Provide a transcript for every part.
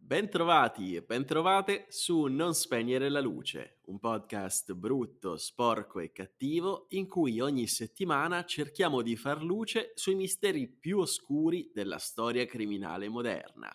Bentrovati e bentrovate su Non spegnere la luce, un podcast brutto, sporco e cattivo in cui ogni settimana cerchiamo di far luce sui misteri più oscuri della storia criminale moderna.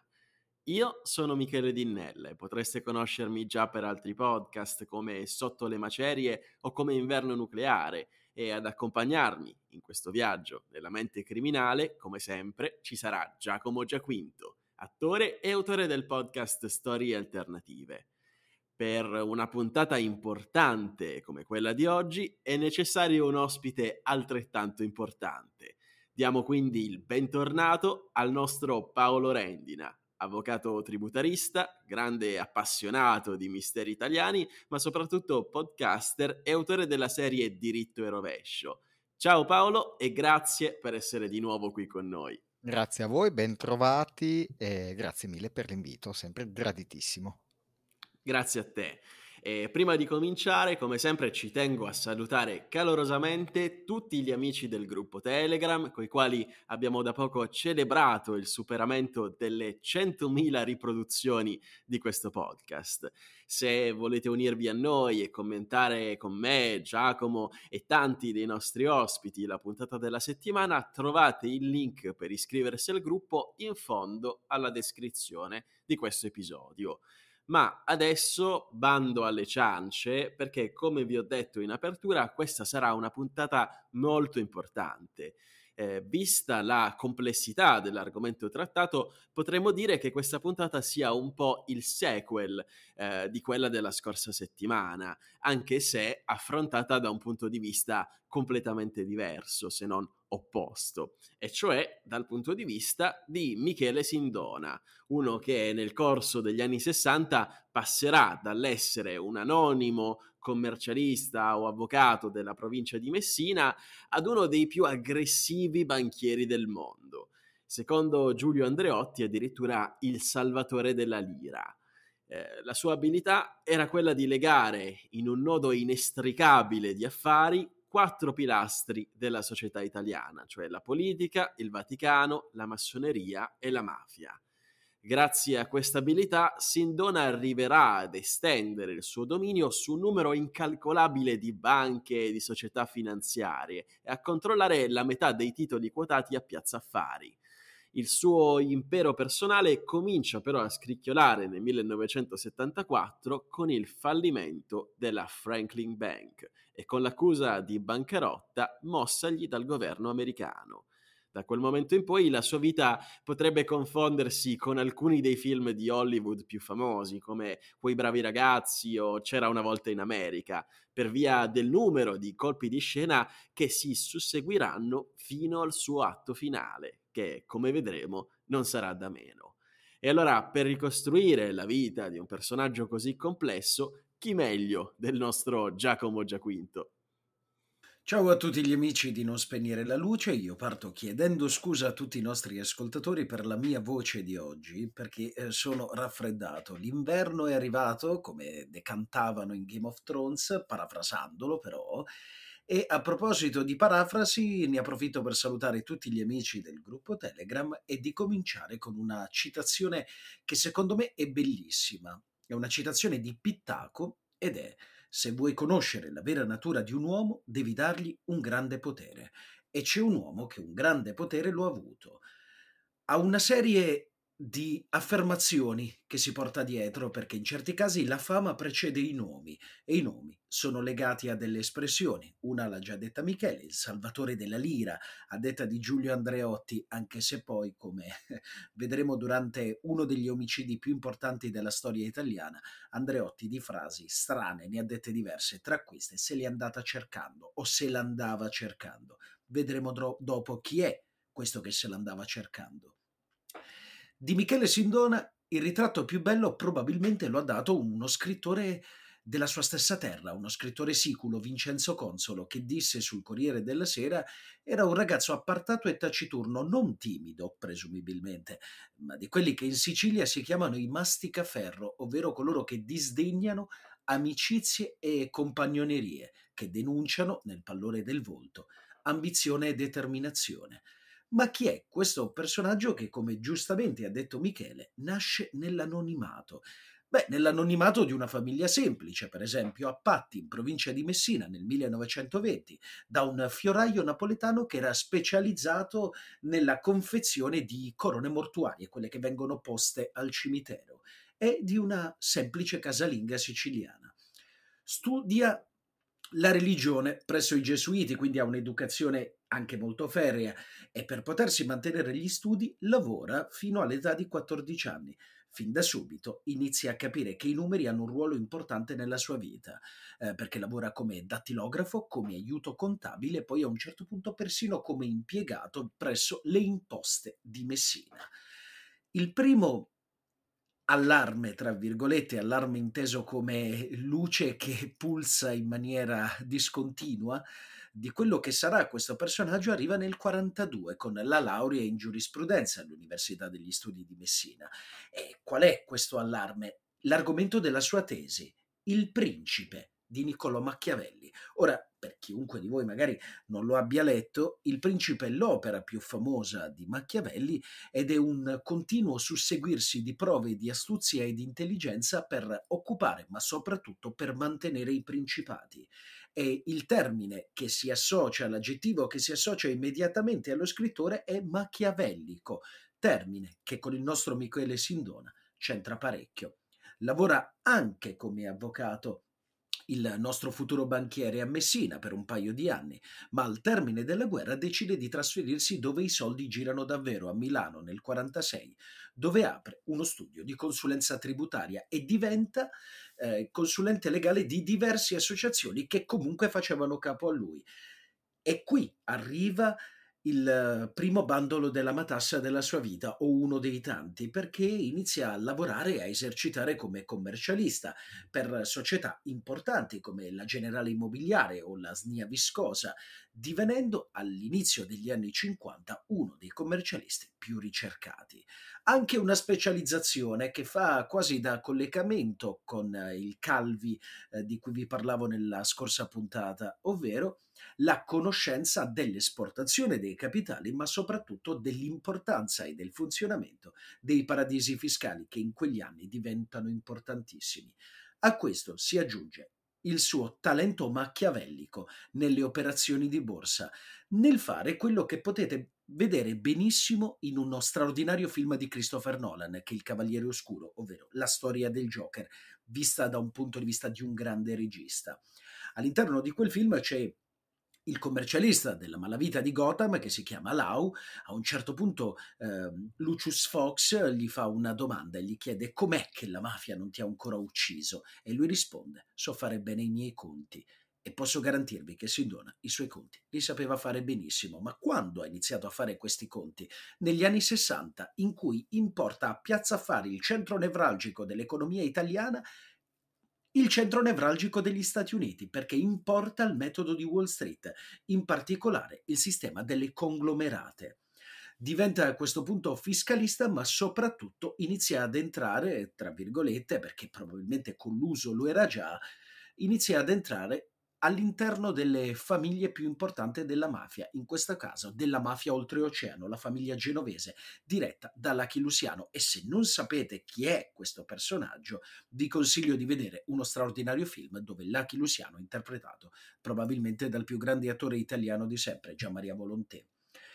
Io sono Michele Dinnella e potreste conoscermi già per altri podcast come Sotto le macerie o come Inverno nucleare, e ad accompagnarmi in questo viaggio nella mente criminale, come sempre, ci sarà Giacomo Giaquinto, attore e autore del podcast Storie Alternative. Per una puntata importante come quella di oggi è necessario un ospite altrettanto importante. Diamo quindi il bentornato al nostro Paolo Rendina, avvocato tributarista, grande appassionato di misteri italiani, ma soprattutto podcaster e autore della serie Diritto e Rovescio. Ciao Paolo e grazie per essere di nuovo qui con noi. Grazie a voi, ben trovati e grazie mille per l'invito, sempre graditissimo. Grazie a te. E prima di cominciare, come sempre, ci tengo a salutare calorosamente tutti gli amici del gruppo Telegram, con i quali abbiamo da poco celebrato il superamento delle 100.000 riproduzioni di questo podcast. Se volete unirvi a noi e commentare con me, Giacomo e tanti dei nostri ospiti la puntata della settimana, trovate il link per iscriversi al gruppo in fondo alla descrizione di questo episodio. Ma adesso bando alle ciance, perché come vi ho detto in apertura, questa sarà una puntata molto importante. Vista la complessità dell'argomento trattato, potremmo dire che questa puntata sia un po' il sequel di quella della scorsa settimana, anche se affrontata da un punto di vista completamente diverso, se non opposto, e cioè dal punto di vista di Michele Sindona, uno che nel corso degli anni 60 passerà dall'essere un anonimo commercialista o avvocato della provincia di Messina ad uno dei più aggressivi banchieri del mondo. Secondo Giulio Andreotti, addirittura il salvatore della lira. La sua abilità era quella di legare in un nodo inestricabile di affari 4 pilastri della società italiana, cioè la politica, il Vaticano, la massoneria e la mafia. Grazie a questa abilità, Sindona arriverà ad estendere il suo dominio su un numero incalcolabile di banche e di società finanziarie e a controllare la metà dei titoli quotati a Piazza Affari. Il suo impero personale comincia però a scricchiolare nel 1974 con il fallimento della Franklin Bank e con l'accusa di bancarotta mossagli dal governo americano. Da quel momento in poi la sua vita potrebbe confondersi con alcuni dei film di Hollywood più famosi, come Quei bravi ragazzi o C'era una volta in America, per via del numero di colpi di scena che si susseguiranno fino al suo atto finale, che, come vedremo, non sarà da meno. E allora, per ricostruire la vita di un personaggio così complesso, chi meglio del nostro Giacomo Giaquinto? Ciao a tutti gli amici di Non Spegnere la Luce, io parto chiedendo scusa a tutti i nostri ascoltatori per la mia voce di oggi, perché sono raffreddato. L'inverno è arrivato, come decantavano in Game of Thrones, parafrasandolo però, e a proposito di parafrasi ne approfitto per salutare tutti gli amici del gruppo Telegram e di cominciare con una citazione che secondo me è bellissima. È una citazione di Pittaco ed è: se vuoi conoscere la vera natura di un uomo, devi dargli un grande potere. E c'è un uomo che un grande potere lo ha avuto. Ha una serie di affermazioni che si porta dietro, perché in certi casi la fama precede i nomi e i nomi sono legati a delle espressioni. Una l'ha già detta Michele, il salvatore della lira, a detta di Giulio Andreotti, anche se poi, come vedremo durante uno degli omicidi più importanti della storia italiana, Andreotti di frasi strane ne ha dette diverse, tra queste se l'è andata cercando o se l'andava cercando. Vedremo dopo chi è questo che se l'andava cercando. Di Michele Sindona il ritratto più bello probabilmente lo ha dato uno scrittore della sua stessa terra, uno scrittore siculo, Vincenzo Consolo, che disse sul Corriere della Sera: era un ragazzo appartato e taciturno, non timido, presumibilmente, ma di quelli che in Sicilia si chiamano i masticaferro, ovvero coloro che disdegnano amicizie e compagnonerie, che denunciano, nel pallore del volto, ambizione e determinazione. Ma chi è questo personaggio che, come giustamente ha detto Michele, nasce nell'anonimato? Beh, nell'anonimato di una famiglia semplice, per esempio a Patti, in provincia di Messina, nel 1920, da un fioraio napoletano che era specializzato nella confezione di corone mortuarie, quelle che vengono poste al cimitero, e di una semplice casalinga siciliana. Studia la religione presso i gesuiti, quindi ha un'educazione anche molto ferrea, e per potersi mantenere gli studi lavora fino all'età di 14 anni. Fin da subito inizia a capire che i numeri hanno un ruolo importante nella sua vita, perché lavora come dattilografo, come aiuto contabile e poi a un certo punto persino come impiegato presso le imposte di Messina. Il primo allarme, tra virgolette, allarme inteso come luce che pulsa in maniera discontinua, di quello che sarà questo personaggio arriva nel 42 con la laurea in giurisprudenza all'Università degli Studi di Messina. E qual è questo allarme? L'argomento della sua tesi, Il Principe di Niccolò Machiavelli. Ora, per chiunque di voi magari non lo abbia letto, Il Principe è l'opera più famosa di Machiavelli ed è un continuo susseguirsi di prove di astuzia e di intelligenza per occupare, ma soprattutto per mantenere i principati. E il termine che si associa, l'aggettivo che si associa immediatamente allo scrittore è machiavellico, termine che con il nostro Michele Sindona c'entra parecchio. Lavora anche come avvocato il nostro futuro banchiere a Messina per un paio di anni, ma al termine della guerra decide di trasferirsi dove i soldi girano davvero, a Milano nel 1946, dove apre uno studio di consulenza tributaria e diventa consulente legale di diverse associazioni che comunque facevano capo a lui. E qui arriva il primo bandolo della matassa della sua vita, o uno dei tanti, perché inizia a lavorare e a esercitare come commercialista per società importanti come la Generale Immobiliare o la SNIA Viscosa, divenendo all'inizio degli anni 50 uno dei commercialisti più ricercati. Anche una specializzazione che fa quasi da collegamento con il Calvi di cui vi parlavo nella scorsa puntata, ovvero la conoscenza dell'esportazione dei capitali, ma soprattutto dell'importanza e del funzionamento dei paradisi fiscali che in quegli anni diventano importantissimi. A questo si aggiunge il suo talento machiavellico nelle operazioni di borsa, nel fare quello che potete vedere benissimo in uno straordinario film di Christopher Nolan, che è Il Cavaliere Oscuro, ovvero la storia del Joker, vista da un punto di vista di un grande regista. All'interno di quel film c'è il commercialista della malavita di Gotham che si chiama Lau. A un certo punto Lucius Fox gli fa una domanda e gli chiede com'è che la mafia non ti ha ancora ucciso, e lui risponde: so fare bene i miei conti. E posso garantirvi che Sindona i suoi conti li sapeva fare benissimo, ma quando ha iniziato a fare questi conti? Negli anni 60, in cui importa a Piazza Affari, il centro nevralgico dell'economia italiana, il centro nevralgico degli Stati Uniti, perché importa il metodo di Wall Street, in particolare il sistema delle conglomerate. Diventa a questo punto fiscalista, ma soprattutto inizia ad entrare, tra virgolette, perché probabilmente colluso lo era già, inizia ad entrare all'interno delle famiglie più importanti della mafia, in questo caso della mafia oltreoceano, la famiglia genovese, diretta da Lucky Luciano. E se non sapete chi è questo personaggio, vi consiglio di vedere uno straordinario film dove Lucky Luciano è interpretato probabilmente dal più grande attore italiano di sempre, Gianmaria Volontè.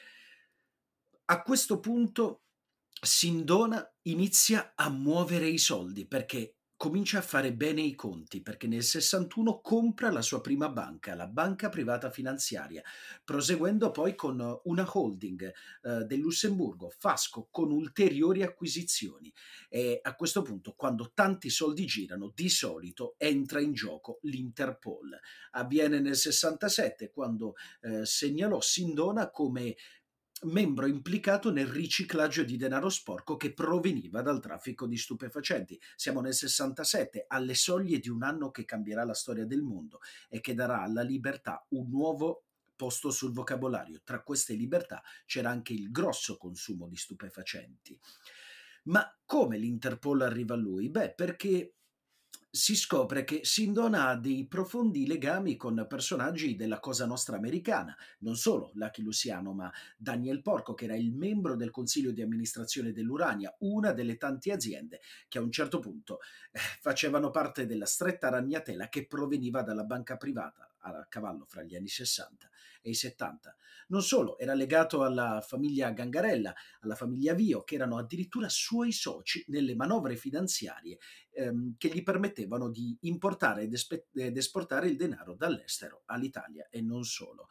A questo punto Sindona inizia a muovere i soldi perché comincia a fare bene i conti, perché nel 61 compra la sua prima banca, la Banca Privata Finanziaria, proseguendo poi con una holding del Lussemburgo, Fasco, con ulteriori acquisizioni. E a questo punto, quando tanti soldi girano, di solito entra in gioco l'Interpol. Avviene nel 67 quando segnalò Sindona come membro implicato nel riciclaggio di denaro sporco che proveniva dal traffico di stupefacenti. Siamo nel 67, alle soglie di un anno che cambierà la storia del mondo e che darà alla libertà un nuovo posto sul vocabolario. Tra queste libertà c'era anche il grosso consumo di stupefacenti. Ma come l'Interpol arriva a lui? Beh, perché si scopre che Sindona ha dei profondi legami con personaggi della Cosa Nostra americana, non solo Lucky Luciano, ma Daniel Porco, che era il membro del consiglio di amministrazione dell'Urania, una delle tante aziende che a un certo punto facevano parte della stretta ragnatela che proveniva dalla banca privata a cavallo fra gli anni 60 e i 70. Non solo, era legato alla famiglia Gangarella, alla famiglia Vio, che erano addirittura suoi soci nelle manovre finanziarie che gli permettevano di importare ed esportare il denaro dall'estero all'Italia e non solo.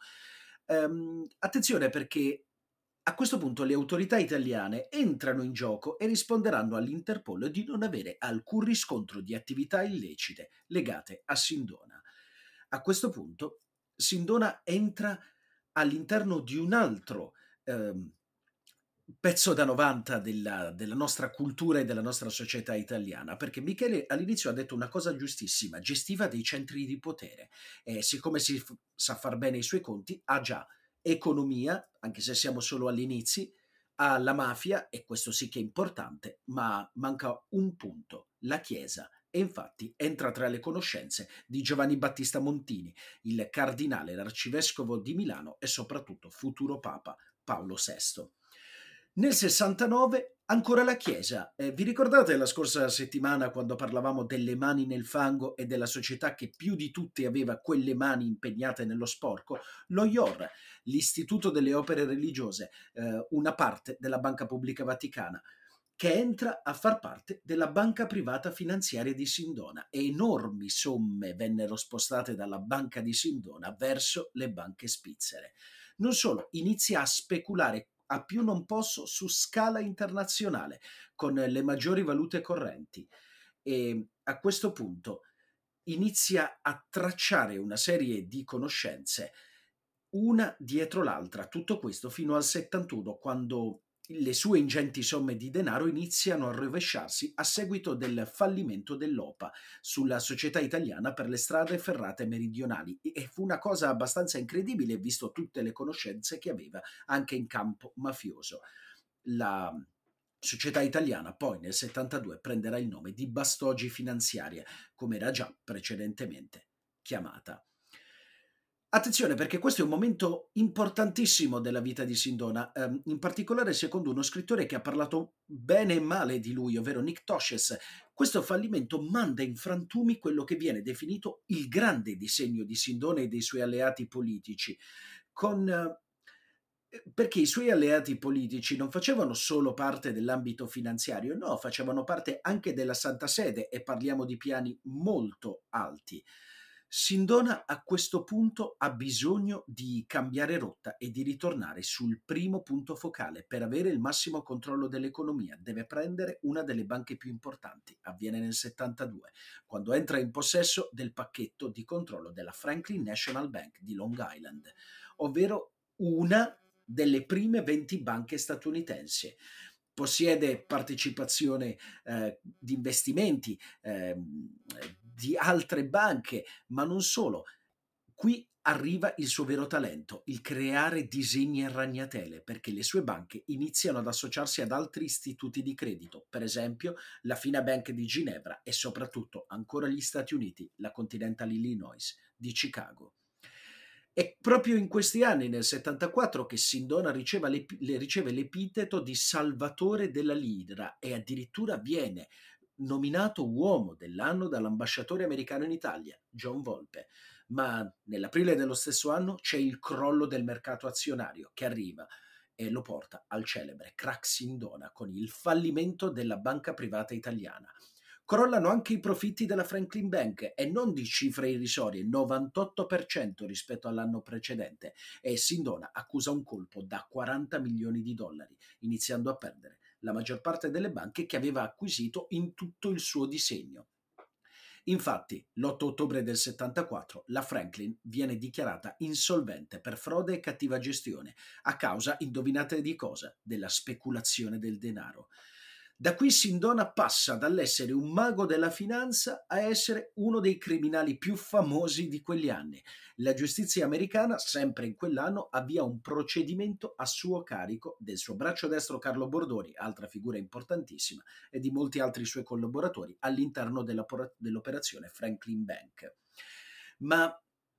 Attenzione, perché a questo punto le autorità italiane entrano in gioco e risponderanno all'Interpol di non avere alcun riscontro di attività illecite legate a Sindona. A questo punto Sindona entra all'interno di un altro ehm, pezzo da 90 della nostra cultura e della nostra società italiana, perché Michele all'inizio ha detto una cosa giustissima: gestiva dei centri di potere, e siccome sa far bene i suoi conti, ha già economia, anche se siamo solo agli inizi, ha la mafia, e questo sì che è importante, ma manca un punto: la Chiesa. E infatti entra tra le conoscenze di Giovanni Battista Montini, il cardinale, l'arcivescovo di Milano e soprattutto futuro papa Paolo VI. Nel 69 ancora la Chiesa. Vi ricordate la scorsa settimana quando parlavamo delle mani nel fango e della società che più di tutti aveva quelle mani impegnate nello sporco? Lo IOR, l'Istituto delle Opere Religiose, una parte della Banca Pubblica Vaticana, che entra a far parte della banca privata finanziaria di Sindona, e enormi somme vennero spostate dalla banca di Sindona verso le banche svizzere. Non solo, inizia a speculare a più non posso su scala internazionale con le maggiori valute correnti, e a questo punto inizia a tracciare una serie di conoscenze una dietro l'altra, tutto questo fino al 71, quando le sue ingenti somme di denaro iniziano a rovesciarsi a seguito del fallimento dell'OPA sulla Società Italiana per le Strade Ferrate Meridionali, e fu una cosa abbastanza incredibile visto tutte le conoscenze che aveva anche in campo mafioso. La Società Italiana poi nel 72 prenderà il nome di Bastogi Finanziaria, come era già precedentemente chiamata. Attenzione, perché questo è un momento importantissimo della vita di Sindona, in particolare secondo uno scrittore che ha parlato bene e male di lui, ovvero Nick Tosches. Questo fallimento manda in frantumi quello che viene definito il grande disegno di Sindona e dei suoi alleati politici, perché i suoi alleati politici non facevano solo parte dell'ambito finanziario, no, facevano parte anche della Santa Sede, e parliamo di piani molto alti. Sindona a questo punto ha bisogno di cambiare rotta e di ritornare sul primo punto focale per avere il massimo controllo dell'economia. Deve prendere una delle banche più importanti. Avviene nel 72, quando entra in possesso del pacchetto di controllo della Franklin National Bank di Long Island, ovvero una delle prime 20 banche statunitensi. Possiede partecipazione di investimenti di altre banche, ma non solo. Qui arriva il suo vero talento, il creare disegni a ragnatele, perché le sue banche iniziano ad associarsi ad altri istituti di credito, per esempio la Finabank di Ginevra e soprattutto, ancora gli Stati Uniti, la Continental Illinois di Chicago. È proprio in questi anni, nel 74, che Sindona riceve l'epiteto di salvatore della lira, e addirittura viene nominato uomo dell'anno dall'ambasciatore americano in Italia, John Volpe. Ma nell'aprile dello stesso anno c'è il crollo del mercato azionario che arriva e lo porta al celebre crack Sindona con il fallimento della banca privata italiana. Crollano anche i profitti della Franklin Bank, e non di cifre irrisorie, 98% rispetto all'anno precedente, e Sindona accusa un colpo da 40 milioni di dollari, iniziando a perdere la maggior parte delle banche che aveva acquisito in tutto il suo disegno. Infatti, l'8 ottobre del 74 la Franklin viene dichiarata insolvente per frode e cattiva gestione, a causa, indovinate di cosa? Della speculazione del denaro. Da qui Sindona passa dall'essere un mago della finanza a essere uno dei criminali più famosi di quegli anni. La giustizia americana, sempre in quell'anno, avvia un procedimento a suo carico del suo braccio destro Carlo Bordoni, altra figura importantissima, e di molti altri suoi collaboratori all'interno dell'operazione Franklin Bank. Ma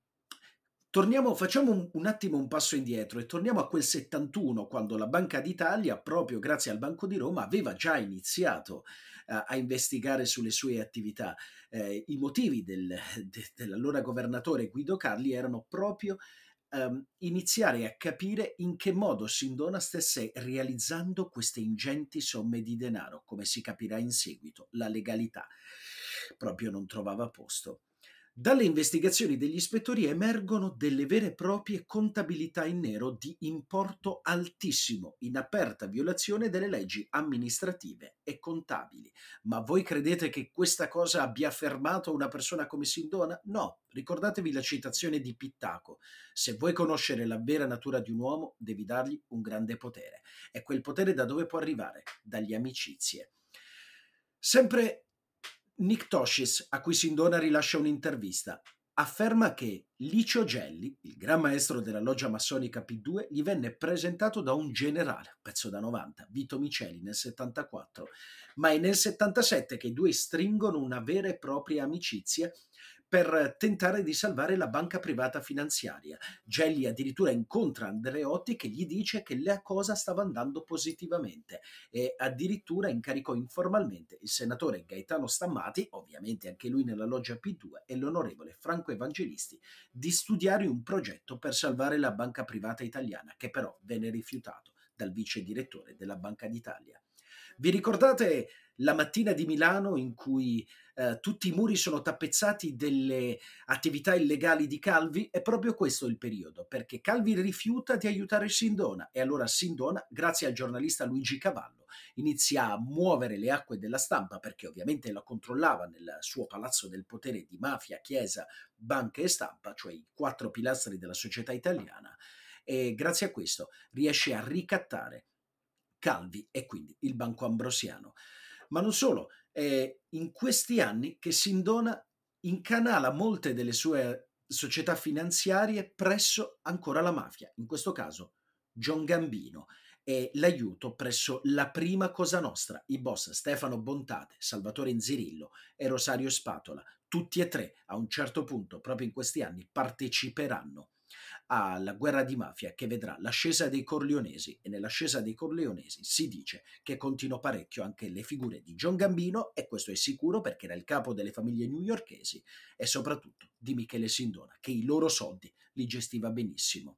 facciamo un attimo un passo indietro e torniamo a quel 71, quando la Banca d'Italia, proprio grazie al Banco di Roma, aveva già iniziato a investigare sulle sue attività. I motivi dell'allora governatore Guido Carli erano proprio iniziare a capire in che modo Sindona stesse realizzando queste ingenti somme di denaro. Come si capirà in seguito, la legalità proprio non trovava posto. Dalle investigazioni degli ispettori emergono delle vere e proprie contabilità in nero di importo altissimo, in aperta violazione delle leggi amministrative e contabili. Ma voi credete che questa cosa abbia fermato una persona come Sindona? No, ricordatevi la citazione di Pittaco: se vuoi conoscere la vera natura di un uomo, devi dargli un grande potere. E quel potere da dove può arrivare? Dagli amicizie. Sempre Nick Tosches, a cui Sindona rilascia un'intervista, afferma che Licio Gelli, il gran maestro della loggia massonica P2, gli venne presentato da un generale, pezzo da 90, Vito Miceli, nel 74, ma è nel 77 che i due stringono una vera e propria amicizia per tentare di salvare la banca privata finanziaria. Gelli addirittura incontra Andreotti, che gli dice che la cosa stava andando positivamente, e addirittura incaricò informalmente il senatore Gaetano Stammati, ovviamente anche lui nella loggia P2, e l'onorevole Franco Evangelisti di studiare un progetto per salvare la banca privata italiana, che però venne rifiutato dal vice direttore della Banca d'Italia. Vi ricordate la mattina di Milano in cui tutti i muri sono tappezzati delle attività illegali di Calvi? È proprio questo il periodo, perché Calvi rifiuta di aiutare Sindona, e allora Sindona, grazie al giornalista Luigi Cavallo, inizia a muovere le acque della stampa, perché ovviamente la controllava nel suo palazzo del potere di mafia, chiesa, banca e stampa, cioè i 4 pilastri della società italiana, e grazie a questo riesce a ricattare Calvi e quindi il Banco Ambrosiano. Ma non solo, è in questi anni che Sindona incanala molte delle sue società finanziarie presso ancora la mafia, in questo caso John Gambino, e l'aiuto presso la prima Cosa Nostra, i boss Stefano Bontate, Salvatore Inzirillo e Rosario Spatola. Tutti e tre, a un certo punto, proprio in questi anni, parteciperanno alla guerra di mafia che vedrà l'ascesa dei Corleonesi, e nell'ascesa dei Corleonesi si dice che continuò parecchio anche le figure di John Gambino, e questo è sicuro perché era il capo delle famiglie newyorkesi, e soprattutto di Michele Sindona, che i loro soldi li gestiva benissimo.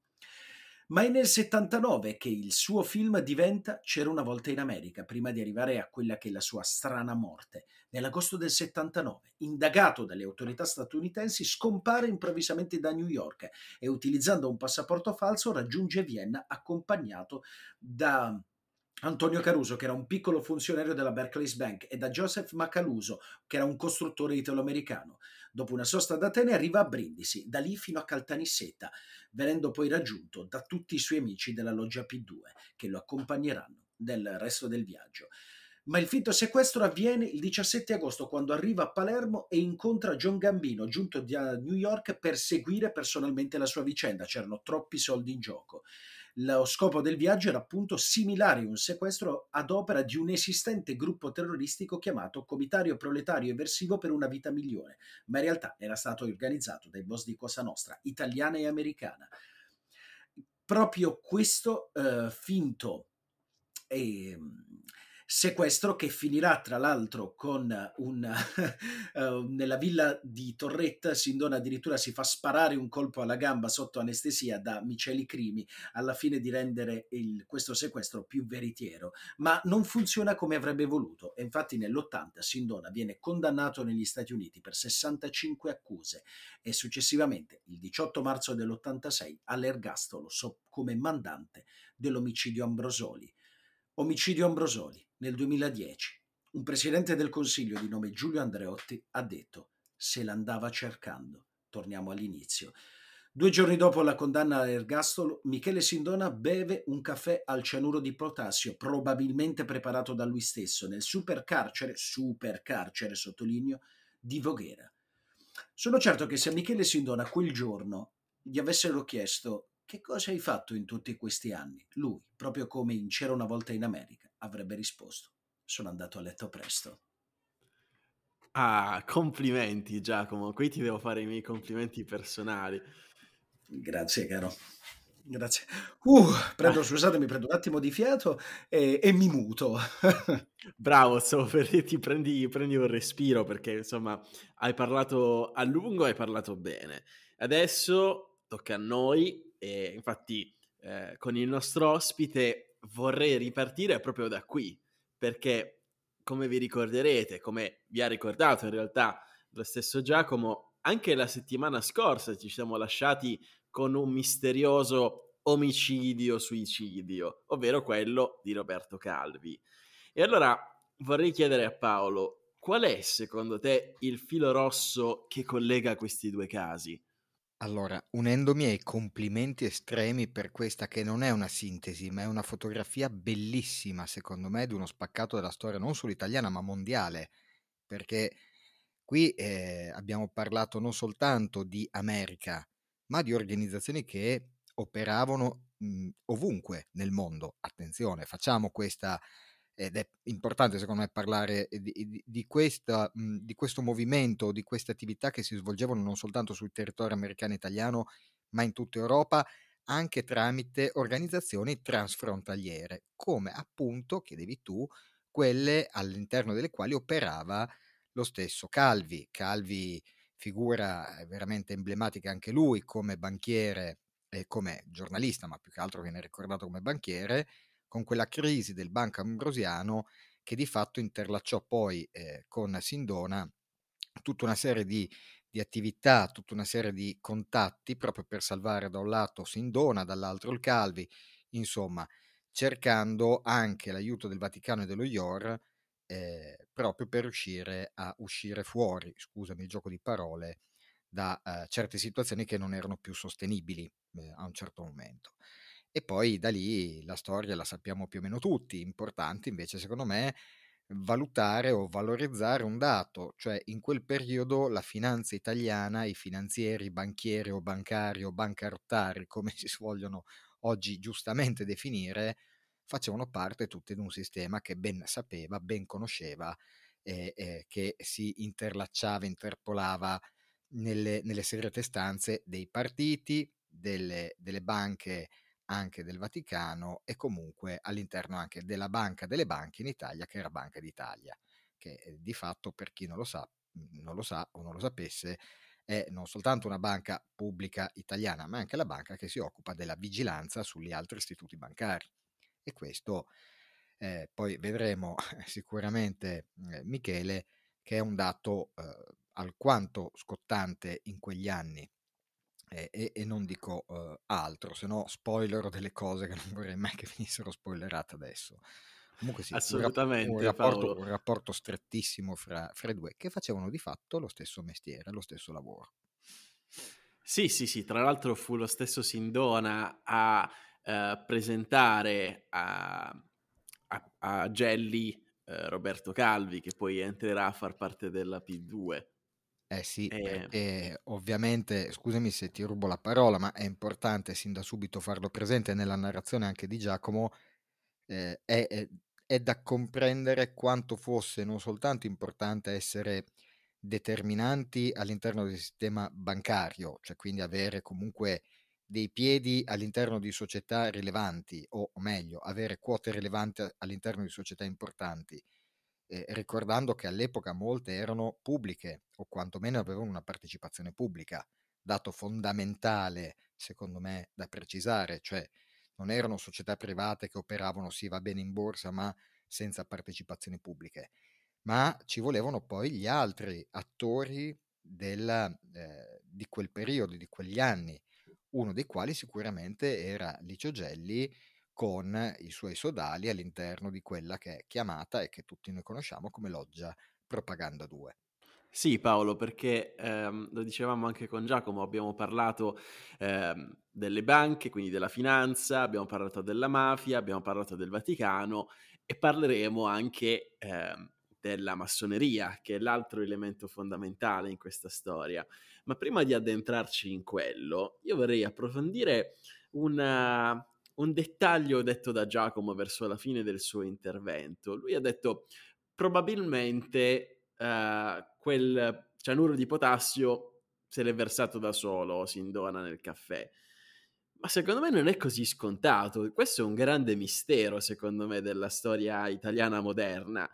Ma è nel 79 che il suo film diventa C'era una volta in America, prima di arrivare a quella che è la sua strana morte. Nell'agosto del 79, indagato dalle autorità statunitensi, scompare improvvisamente da New York e, utilizzando un passaporto falso, raggiunge Vienna accompagnato da Antonio Caruso, che era un piccolo funzionario della Barclays Bank, e da Joseph Macaluso, che era un costruttore italo-americano. Dopo una sosta ad Atene arriva a Brindisi, da lì fino a Caltanissetta, venendo poi raggiunto da tutti i suoi amici della loggia P2, che lo accompagneranno nel resto del viaggio. Ma il finto sequestro avviene il 17 agosto, quando arriva a Palermo e incontra John Gambino, giunto da New York per seguire personalmente la sua vicenda. C'erano troppi soldi in gioco. Lo scopo del viaggio era appunto similare un sequestro ad opera di un esistente gruppo terroristico chiamato Comitario Proletario Eversivo per una Vita Migliore, ma in realtà era stato organizzato dai boss di Cosa Nostra, italiana e americana. Proprio questo finto sequestro, che finirà tra l'altro con nella villa di Torretta, Sindona addirittura si fa sparare un colpo alla gamba sotto anestesia da Miceli Crimi, alla fine di rendere questo sequestro più veritiero, ma non funziona come avrebbe voluto, e infatti nell'80 Sindona viene condannato negli Stati Uniti per 65 accuse e successivamente il 18 marzo dell'86 all'ergastolo come mandante dell'omicidio Ambrosoli. Omicidio Ambrosoli nel 2010. Un presidente del Consiglio di nome Giulio Andreotti ha detto: se l'andava cercando. Torniamo all'inizio. 2 giorni dopo la condanna all'ergastolo, Michele Sindona beve un caffè al cianuro di potassio, probabilmente preparato da lui stesso, nel supercarcere, sottolineo, di Voghera. Sono certo che se a Michele Sindona quel giorno gli avessero chiesto che cosa hai fatto in tutti questi anni, lui, proprio come in C'era una volta in America, avrebbe risposto: sono andato a letto presto. Ah, complimenti Giacomo, qui ti devo fare i miei complimenti personali. Grazie caro, grazie. Scusatemi, prendo un attimo di fiato e mi muto. Bravo, stavo per dirti prendi un respiro perché insomma hai parlato a lungo, hai parlato bene. Adesso tocca a noi e infatti con il nostro ospite vorrei ripartire proprio da qui perché come vi ricorderete, come vi ha ricordato in realtà lo stesso Giacomo, anche la settimana scorsa ci siamo lasciati con un misterioso omicidio-suicidio, ovvero quello di Roberto Calvi. E allora vorrei chiedere a Paolo, qual è secondo te il filo rosso che collega questi due casi? Allora, unendomi ai complimenti estremi per questa che non è una sintesi, ma è una fotografia bellissima, secondo me, di uno spaccato della storia non solo italiana, ma mondiale, perché qui abbiamo parlato non soltanto di America, ma di organizzazioni che operavano ovunque nel mondo. Attenzione, facciamo questa, ed è importante secondo me parlare di di questo movimento, di queste attività che si svolgevano non soltanto sul territorio americano e italiano, ma in tutta Europa, anche tramite organizzazioni transfrontaliere, come appunto, chiedevi tu, quelle all'interno delle quali operava lo stesso Calvi. Calvi, figura veramente emblematica anche lui come banchiere e come giornalista, ma più che altro viene ricordato come banchiere, con quella crisi del Banco Ambrosiano che di fatto interlacciò poi con Sindona tutta una serie di attività, tutta una serie di contatti proprio per salvare da un lato Sindona, dall'altro il Calvi, insomma, cercando anche l'aiuto del Vaticano e dello IOR proprio per riuscire a uscire fuori, scusami il gioco di parole, da certe situazioni che non erano più sostenibili a un certo momento. E poi da lì la storia la sappiamo più o meno tutti. Importante invece, secondo me, valutare o valorizzare un dato, cioè in quel periodo la finanza italiana, i finanzieri, banchieri o bancari o bancarottari, come si vogliono oggi giustamente definire, facevano parte tutte di un sistema che ben sapeva, ben conosceva che si interlacciava, interpolava nelle segrete stanze dei partiti, delle banche anche del Vaticano e comunque all'interno anche della banca delle banche in Italia, che era Banca d'Italia, che di fatto per chi non lo sa o non lo sapesse, è non soltanto una banca pubblica italiana, ma anche la banca che si occupa della vigilanza sugli altri istituti bancari. E questo poi vedremo sicuramente, Michele, che è un dato alquanto scottante in quegli anni. E non dico altro, se no spoilerò delle cose che non vorrei mai che venissero spoilerate adesso. Comunque sì, Assolutamente Paolo. un rapporto strettissimo fra i due, che facevano di fatto lo stesso mestiere, lo stesso lavoro. Sì, sì, sì, tra l'altro fu lo stesso Sindona a presentare a Gelli Roberto Calvi, che poi entrerà a far parte della P2. Eh sì, Eh, perché ovviamente, scusami se ti rubo la parola, ma è importante sin da subito farlo presente nella narrazione anche di Giacomo, è da comprendere quanto fosse non soltanto importante essere determinanti all'interno del sistema bancario, cioè quindi avere comunque dei piedi all'interno di società rilevanti, o meglio, avere quote rilevanti all'interno di società importanti, ricordando che all'epoca molte erano pubbliche o quantomeno avevano una partecipazione pubblica, dato fondamentale secondo me da precisare, cioè non erano società private che operavano, sì, va bene in borsa, ma senza partecipazioni pubbliche, ma ci volevano poi gli altri attori di quel periodo, di quegli anni, uno dei quali sicuramente era Licio Gelli con i suoi sodali all'interno di quella che è chiamata e che tutti noi conosciamo come Loggia Propaganda 2. Sì, Paolo, perché lo dicevamo anche con Giacomo, abbiamo parlato delle banche, quindi della finanza, abbiamo parlato della mafia, abbiamo parlato del Vaticano e parleremo anche della massoneria, che è l'altro elemento fondamentale in questa storia. Ma prima di addentrarci in quello, io vorrei approfondire un dettaglio detto da Giacomo verso la fine del suo intervento. Lui ha detto probabilmente quel cianuro di potassio se l'è versato da solo Sindona nel caffè. Ma secondo me non è così scontato. Questo è un grande mistero, secondo me, della storia italiana moderna.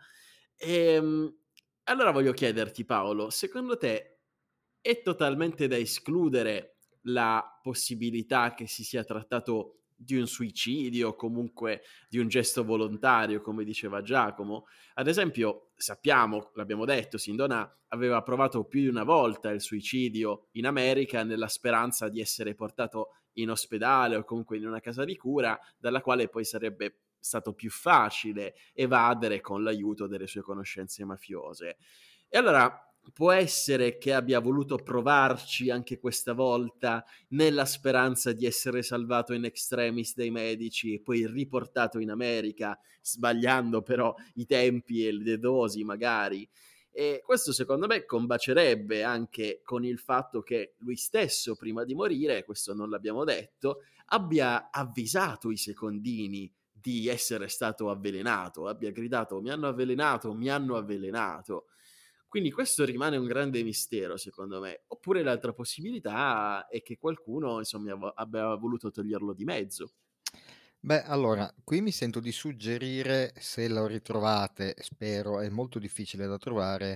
Ehm, allora voglio chiederti, Paolo, secondo te è totalmente da escludere la possibilità che si sia trattato di un suicidio o comunque di un gesto volontario, come diceva Giacomo? Ad esempio, sappiamo, l'abbiamo detto, Sindona aveva provato più di una volta il suicidio in America nella speranza di essere portato in ospedale o comunque in una casa di cura, dalla quale poi sarebbe stato più facile evadere con l'aiuto delle sue conoscenze mafiose. E allora può essere che abbia voluto provarci anche questa volta nella speranza di essere salvato in extremis dai medici e poi riportato in America, sbagliando però i tempi e le dosi magari. E questo secondo me combacerebbe anche con il fatto che lui stesso, prima di morire, questo non l'abbiamo detto, abbia avvisato i secondini di essere stato avvelenato, abbia gridato mi hanno avvelenato, mi hanno avvelenato. Quindi questo rimane un grande mistero secondo me. Oppure l'altra possibilità è che qualcuno insomma abbia voluto toglierlo di mezzo. Beh, allora, qui mi sento di suggerire, se lo ritrovate, spero, è molto difficile da trovare,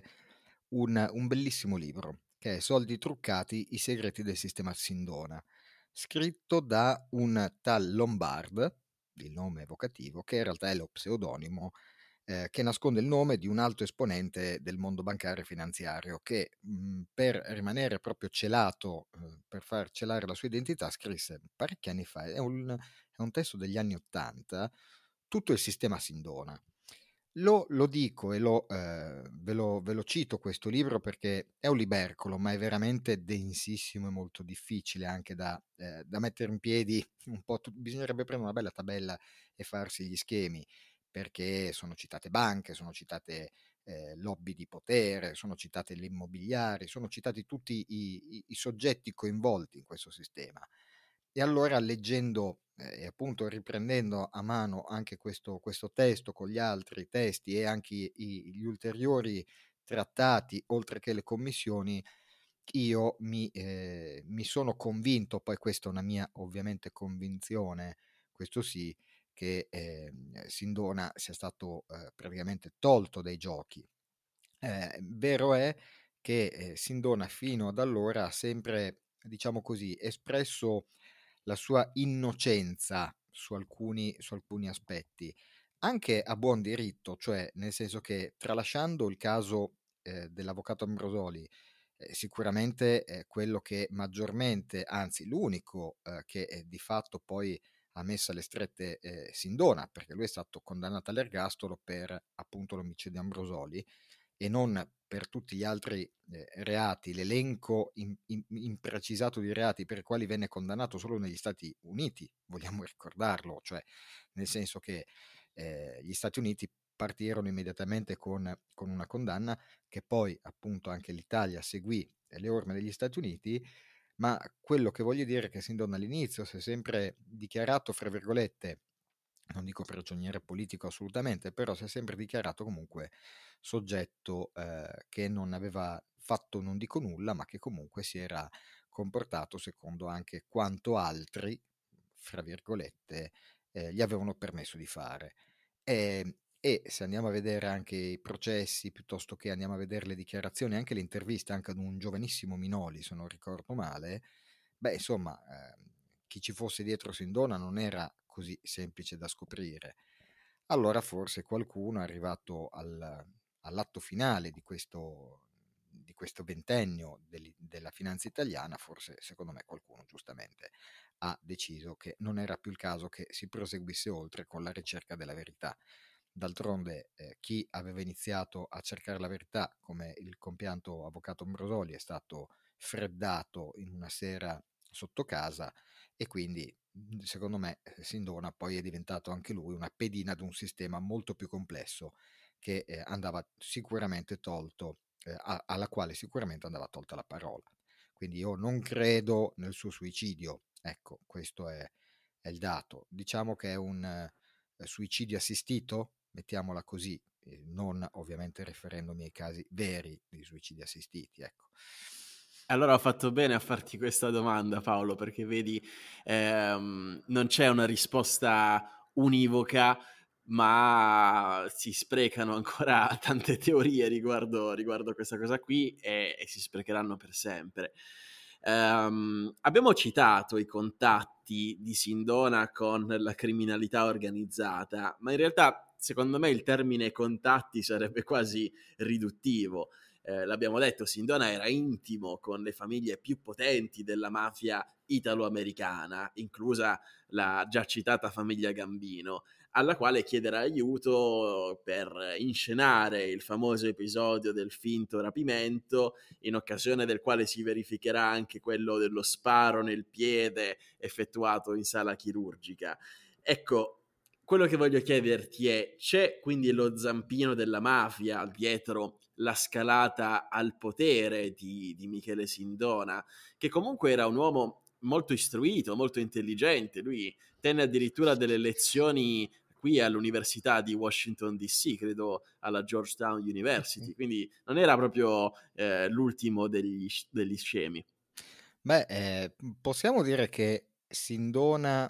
un bellissimo libro, che è Soldi truccati, i segreti del sistema Sindona, scritto da un tal Lombard, il nome evocativo, che in realtà è lo pseudonimo che nasconde il nome di un alto esponente del mondo bancario e finanziario che per rimanere proprio celato, per far celare la sua identità, scrisse parecchi anni fa, è un testo degli anni '80, tutto il sistema Sindona. Lo dico e ve lo cito questo libro perché è un libercolo, ma è veramente densissimo e molto difficile anche da mettere in piedi un po'. Bisognerebbe prendere una bella tabella e farsi gli schemi, perché sono citate banche, sono citate lobby di potere, sono citate le immobiliari, sono citati tutti i soggetti coinvolti in questo sistema. E allora leggendo e appunto riprendendo a mano anche questo testo con gli altri testi e anche gli ulteriori trattati, oltre che le commissioni, io mi sono convinto, poi questa è una mia ovviamente convinzione, questo sì, che Sindona sia stato praticamente tolto dai giochi. Vero è che Sindona fino ad allora ha sempre, diciamo così, espresso la sua innocenza su alcuni aspetti, anche a buon diritto, cioè nel senso che tralasciando il caso dell'avvocato Ambrosoli, sicuramente quello che maggiormente, anzi l'unico che di fatto poi ha messo alle strette Sindona, perché lui è stato condannato all'ergastolo per appunto l'omicidio di Ambrosoli e non per tutti gli altri reati, l'elenco imprecisato di reati per i quali venne condannato solo negli Stati Uniti, vogliamo ricordarlo, cioè nel senso che gli Stati Uniti partirono immediatamente con una condanna che poi appunto anche l'Italia seguì le orme degli Stati Uniti, ma quello che voglio dire è che sin dall'inizio si è sempre dichiarato, fra virgolette, non dico prigioniero politico assolutamente, però si è sempre dichiarato comunque soggetto che non aveva fatto non dico nulla, ma che comunque si era comportato secondo anche quanto altri, fra virgolette, gli avevano permesso di fare. E se andiamo a vedere anche i processi, piuttosto che andiamo a vedere le dichiarazioni, anche le interviste anche ad un giovanissimo Minoli, se non ricordo male, beh, insomma, chi ci fosse dietro Sindona non era così semplice da scoprire. Allora forse qualcuno è arrivato all'atto finale di questo ventennio della finanza italiana, forse secondo me qualcuno giustamente ha deciso che non era più il caso che si proseguisse oltre con la ricerca della verità. D'altronde chi aveva iniziato a cercare la verità, come il compianto avvocato Ambrosoli, è stato freddato in una sera sotto casa, e quindi secondo me Sindona poi è diventato anche lui una pedina di un sistema molto più complesso che andava sicuramente tolto, alla quale sicuramente andava tolta la parola. Quindi io non credo nel suo suicidio, ecco, questo è il dato. Diciamo che è un suicidio assistito, mettiamola così, non ovviamente riferendomi ai casi veri di suicidi assistiti, ecco. Allora ho fatto bene a farti questa domanda, Paolo, perché vedi, non c'è una risposta univoca, ma si sprecano ancora tante teorie riguardo questa cosa qui e si sprecheranno per sempre. Abbiamo citato i contatti di Sindona con la criminalità organizzata, ma in realtà secondo me il termine contatti sarebbe quasi riduttivo. L'abbiamo detto, Sindona era intimo con le famiglie più potenti della mafia italo-americana, inclusa la già citata famiglia Gambino, alla quale chiederà aiuto per inscenare il famoso episodio del finto rapimento, in occasione del quale si verificherà anche quello dello sparo nel piede effettuato in sala chirurgica. Ecco, quello che voglio chiederti è: c'è quindi lo zampino della mafia dietro la scalata al potere di Michele Sindona, che comunque era un uomo molto istruito, molto intelligente? Lui tenne addirittura delle lezioni qui all'università di Washington DC, credo alla Georgetown University, quindi non era proprio l'ultimo degli scemi. Beh, possiamo dire che Sindona,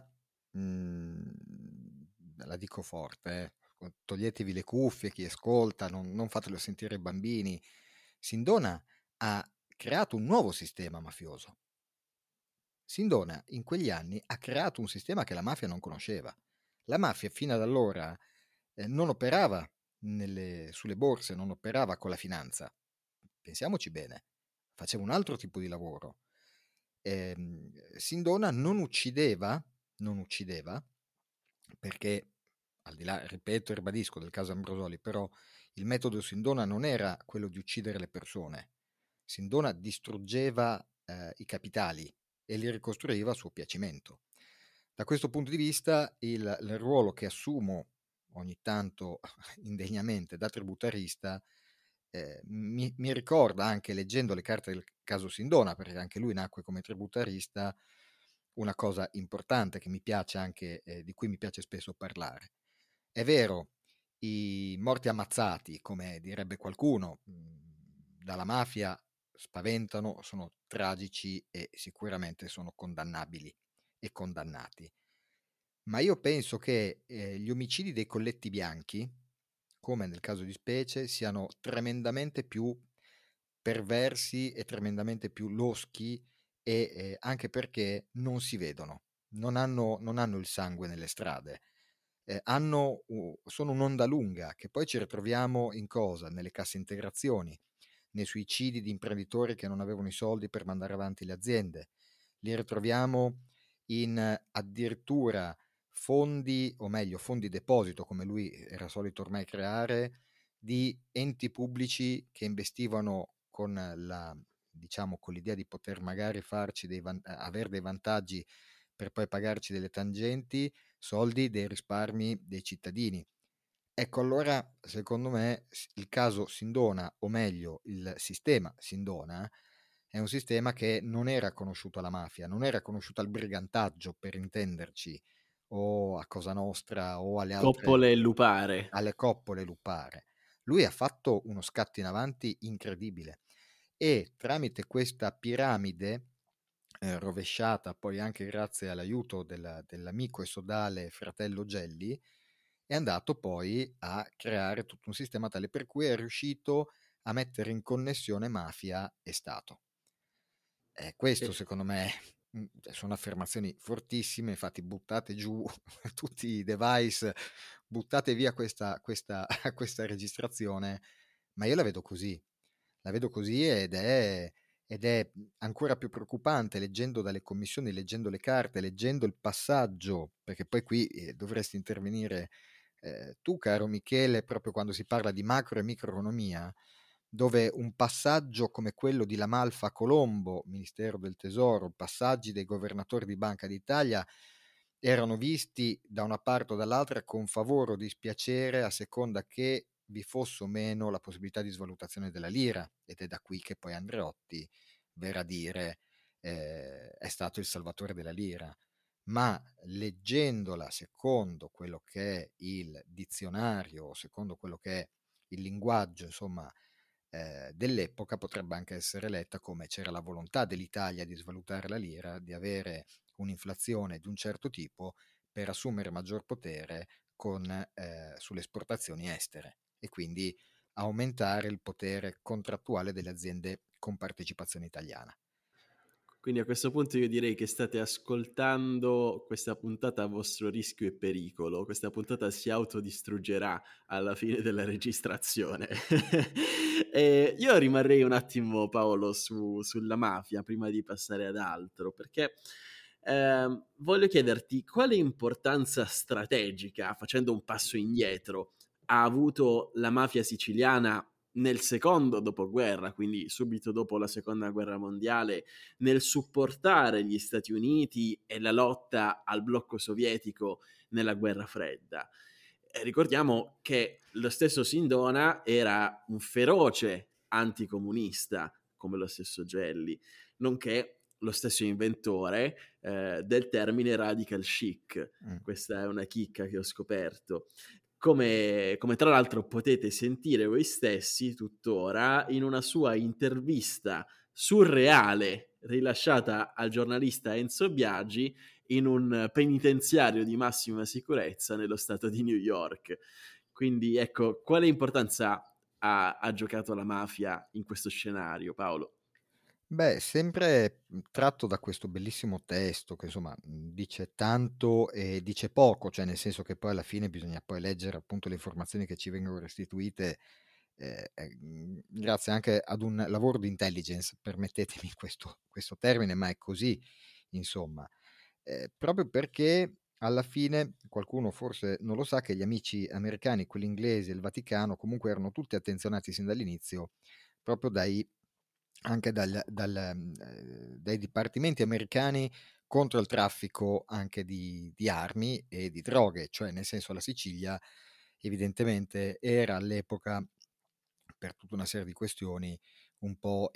la dico forte, toglietevi le cuffie, chi ascolta, non fatelo sentire i bambini. Sindona ha creato un nuovo sistema mafioso. Sindona in quegli anni ha creato un sistema che la mafia non conosceva. La mafia fino ad allora non operava sulle borse, non operava con la finanza. Pensiamoci bene, faceva un altro tipo di lavoro. Sindona non uccideva, perché al di là, ripeto e ribadisco, del caso Ambrosoli, però il metodo Sindona non era quello di uccidere le persone. Sindona distruggeva i capitali e li ricostruiva a suo piacimento. Da questo punto di vista, il ruolo che assumo ogni tanto indegnamente da tributarista mi ricorda, anche leggendo le carte del caso Sindona, perché anche lui nacque come tributarista, una cosa importante che mi piace anche, di cui mi piace spesso parlare. È vero, i morti ammazzati, come direbbe qualcuno, dalla mafia spaventano, sono tragici e sicuramente sono condannabili e condannati. Ma io penso che gli omicidi dei colletti bianchi, come nel caso di specie, siano tremendamente più perversi e tremendamente più loschi, e anche perché non si vedono, non hanno il sangue nelle strade, sono un'onda lunga che poi ci ritroviamo in cosa? Nelle casse integrazioni, nei suicidi di imprenditori che non avevano i soldi per mandare avanti le aziende, li ritroviamo in addirittura fondi, o meglio fondi deposito, come lui era solito ormai creare, di enti pubblici che investivano diciamo, con l'idea di poter magari avere dei vantaggi per poi pagarci delle tangenti, soldi dei risparmi dei cittadini. Ecco, allora, secondo me, il caso Sindona, o meglio, il sistema Sindona, è un sistema che non era conosciuto alla mafia, non era conosciuto al brigantaggio, per intenderci, o a Cosa Nostra o Coppole e Lupare. alle coppole lupare. Lui ha fatto uno scatto in avanti incredibile, e tramite questa piramide rovesciata, poi anche grazie all'aiuto dell'amico e sodale fratello Gelli, è andato poi a creare tutto un sistema tale per cui è riuscito a mettere in connessione mafia e Stato. Questo secondo me sono affermazioni fortissime, infatti buttate giù tutti i device, buttate via questa registrazione, ma io la vedo così, ed è ancora più preoccupante leggendo dalle commissioni, leggendo le carte, leggendo il passaggio, perché poi qui dovresti intervenire Tu, caro Michele, proprio quando si parla di macro e microeconomia, dove un passaggio come quello di Lamalfa a Colombo, Ministero del Tesoro, passaggi dei governatori di Banca d'Italia, erano visti da una parte o dall'altra con favore o dispiacere a seconda che vi fosse o meno la possibilità di svalutazione della lira, ed è da qui che poi Andreotti verrà a dire è stato il salvatore della lira. Ma leggendola secondo quello che è il dizionario, secondo quello che è il linguaggio, insomma, dell'epoca, potrebbe anche essere letta come c'era la volontà dell'Italia di svalutare la lira, di avere un'inflazione di un certo tipo per assumere maggior potere sulle esportazioni estere e quindi aumentare il potere contrattuale delle aziende con partecipazione italiana. Quindi a questo punto io direi che state ascoltando questa puntata a vostro rischio e pericolo. Questa puntata si autodistruggerà alla fine della registrazione. E io rimarrei un attimo, Paolo, sulla mafia prima di passare ad altro, perché voglio chiederti quale importanza strategica, facendo un passo indietro, ha avuto la mafia siciliana nel secondo dopoguerra, quindi subito dopo la seconda guerra mondiale, nel supportare gli Stati Uniti e la lotta al blocco sovietico nella guerra fredda. Ricordiamo che lo stesso Sindona era un feroce anticomunista, come lo stesso Gelli, nonché lo stesso inventore del termine radical chic. Questa è una chicca che ho scoperto. Come tra l'altro potete sentire voi stessi tuttora in una sua intervista surreale rilasciata al giornalista Enzo Biagi in un penitenziario di massima sicurezza nello stato di New York. Quindi ecco, quale importanza ha giocato la mafia in questo scenario, Paolo? Beh, sempre tratto da questo bellissimo testo che insomma dice tanto e dice poco, cioè nel senso che poi alla fine bisogna poi leggere appunto le informazioni che ci vengono restituite grazie anche ad un lavoro di intelligence, permettetemi questo termine, ma è così, insomma, proprio perché alla fine qualcuno forse non lo sa che gli amici americani, quelli inglesi e il Vaticano comunque erano tutti attenzionati sin dall'inizio proprio anche dai dipartimenti americani contro il traffico anche di armi e di droghe, cioè nel senso la Sicilia evidentemente era all'epoca, per tutta una serie di questioni, un po'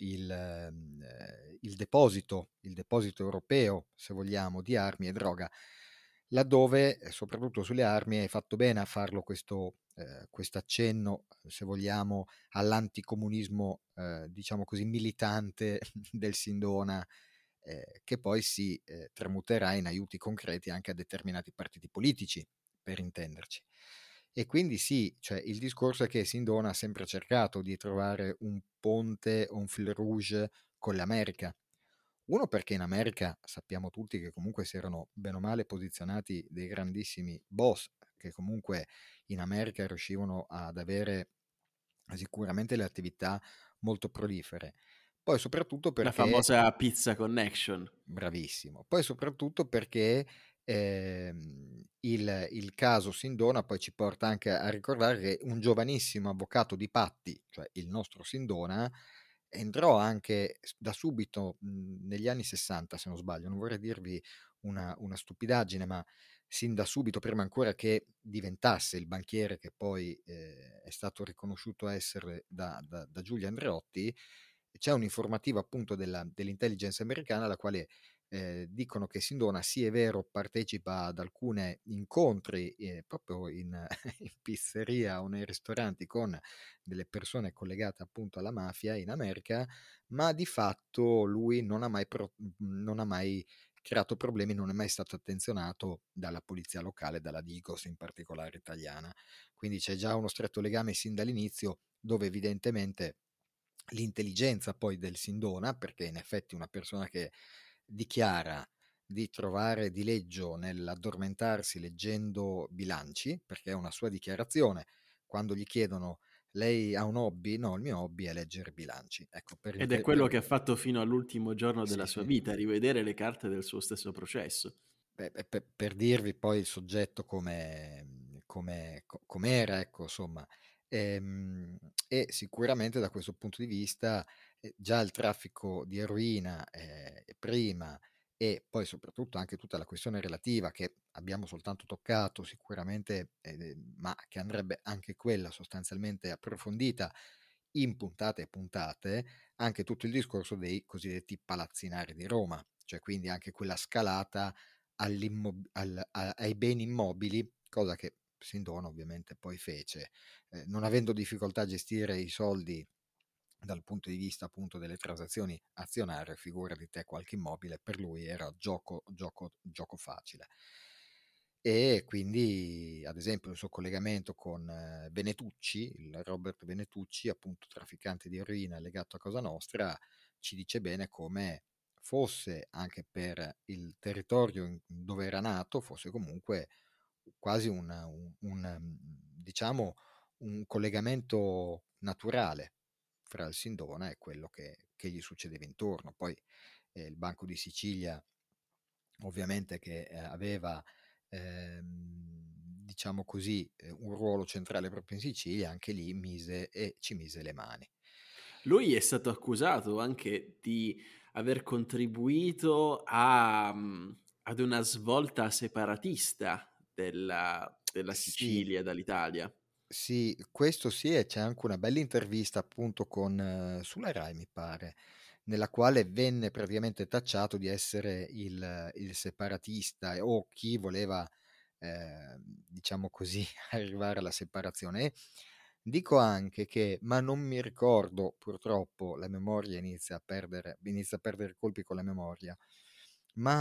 il deposito europeo, se vogliamo, di armi e droga, laddove, soprattutto sulle armi, hai fatto bene a farlo questo accenno, se vogliamo, all'anticomunismo, diciamo così, militante del Sindona, che poi si tramuterà in aiuti concreti anche a determinati partiti politici, per intenderci. E quindi sì, cioè il discorso è che Sindona ha sempre cercato di trovare un ponte o un fil rouge con l'America. Uno perché in America sappiamo tutti che comunque si erano bene o male posizionati dei grandissimi boss che comunque in America riuscivano ad avere sicuramente le attività molto prolifere. Poi soprattutto La perché famosa Pizza Connection. bravissimo. Poi soprattutto perché il caso Sindona poi ci porta anche a ricordare che un giovanissimo avvocato di Patti, cioè il nostro Sindona, entrò anche da subito negli anni 60, se non sbaglio, non vorrei dirvi una stupidaggine, ma sin da subito, prima ancora che diventasse il banchiere che poi è stato riconosciuto essere da Giulio Andreotti, c'è un'informativa appunto dell'intelligence americana, la quale dicono che Sindona, sì è vero, partecipa ad alcuni incontri proprio in pizzeria o nei ristoranti con delle persone collegate appunto alla mafia in America, ma di fatto lui non ha mai creato problemi, non è mai stato attenzionato dalla polizia locale, dalla Digos in particolare italiana. Quindi c'è già uno stretto legame sin dall'inizio, dove evidentemente l'intelligenza poi del Sindona, perché in effetti una persona che dichiara di trovare dileggio nell'addormentarsi leggendo bilanci, perché è una sua dichiarazione, quando gli chiedono lei ha un hobby? No, il mio hobby è leggere bilanci. Ecco, Ed è quello che ha fatto fino all'ultimo giorno sì, della sua vita, rivedere le carte del suo stesso processo. per dirvi poi il soggetto com'era, ecco, insomma. E sicuramente da questo punto di vista già il traffico di eroina prima, e poi soprattutto anche tutta la questione relativa che abbiamo soltanto toccato sicuramente, ma che andrebbe anche quella sostanzialmente approfondita in puntate e puntate, anche tutto il discorso dei cosiddetti palazzinari di Roma, cioè quindi anche quella scalata ai beni immobili, cosa che Sindona ovviamente poi fece, non avendo difficoltà a gestire i soldi dal punto di vista appunto delle transazioni azionarie, figura di te qualche immobile, per lui era gioco facile. E quindi, ad esempio, il suo collegamento con Venetucci, il Robert Venetucci, appunto trafficante di eroina legato a Cosa Nostra, ci dice bene come fosse anche per il territorio dove era nato, fosse comunque quasi diciamo, un collegamento naturale fra il Sindona e quello che gli succedeva intorno. Poi il Banco di Sicilia, ovviamente, che aveva diciamo così un ruolo centrale proprio in Sicilia, anche lì ci mise le mani. Lui è stato accusato anche di aver contribuito ad una svolta separatista della Sì, Sicilia dall'Italia. sì, questo sì, e c'è anche una bella intervista appunto sulla Rai, mi pare, nella quale venne praticamente tacciato di essere il separatista o chi voleva, diciamo così, arrivare alla separazione. E dico anche che, ma non mi ricordo, purtroppo la memoria inizia a perdere colpi con la memoria, ma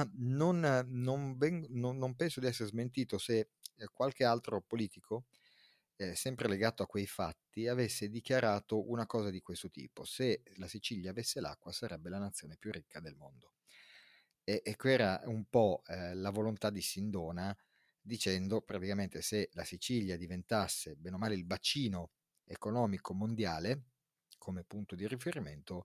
non penso di essere smentito se qualche altro politico sempre legato a quei fatti, avesse dichiarato una cosa di questo tipo: se la Sicilia avesse l'acqua sarebbe la nazione più ricca del mondo. E quella era un po' la volontà di Sindona, dicendo praticamente se la Sicilia diventasse bene o male il bacino economico mondiale come punto di riferimento,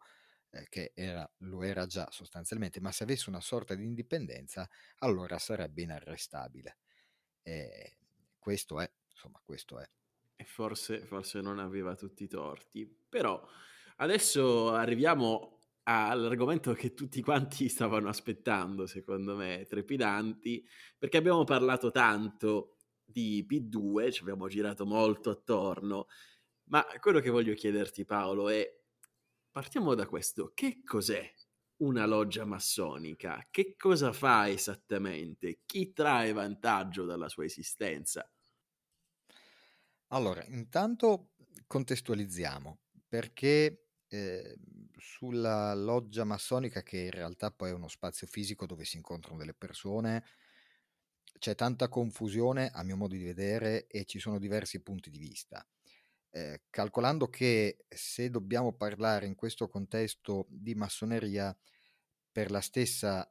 lo era già sostanzialmente, ma se avesse una sorta di indipendenza, allora sarebbe inarrestabile. E questo è, insomma, questo è. E forse non aveva tutti i torti. Però adesso arriviamo all'argomento che tutti quanti stavano aspettando, secondo me, trepidanti, perché abbiamo parlato tanto di P2, ci abbiamo girato molto attorno, ma quello che voglio chiederti, Paolo, è, partiamo da questo, che cos'è una loggia massonica? Che cosa fa esattamente? Chi trae vantaggio dalla sua esistenza? Allora, intanto contestualizziamo, perché sulla loggia massonica, che in realtà poi è uno spazio fisico dove si incontrano delle persone, c'è tanta confusione a mio modo di vedere e ci sono diversi punti di vista. Calcolando che se dobbiamo parlare in questo contesto di massoneria, per la stessa,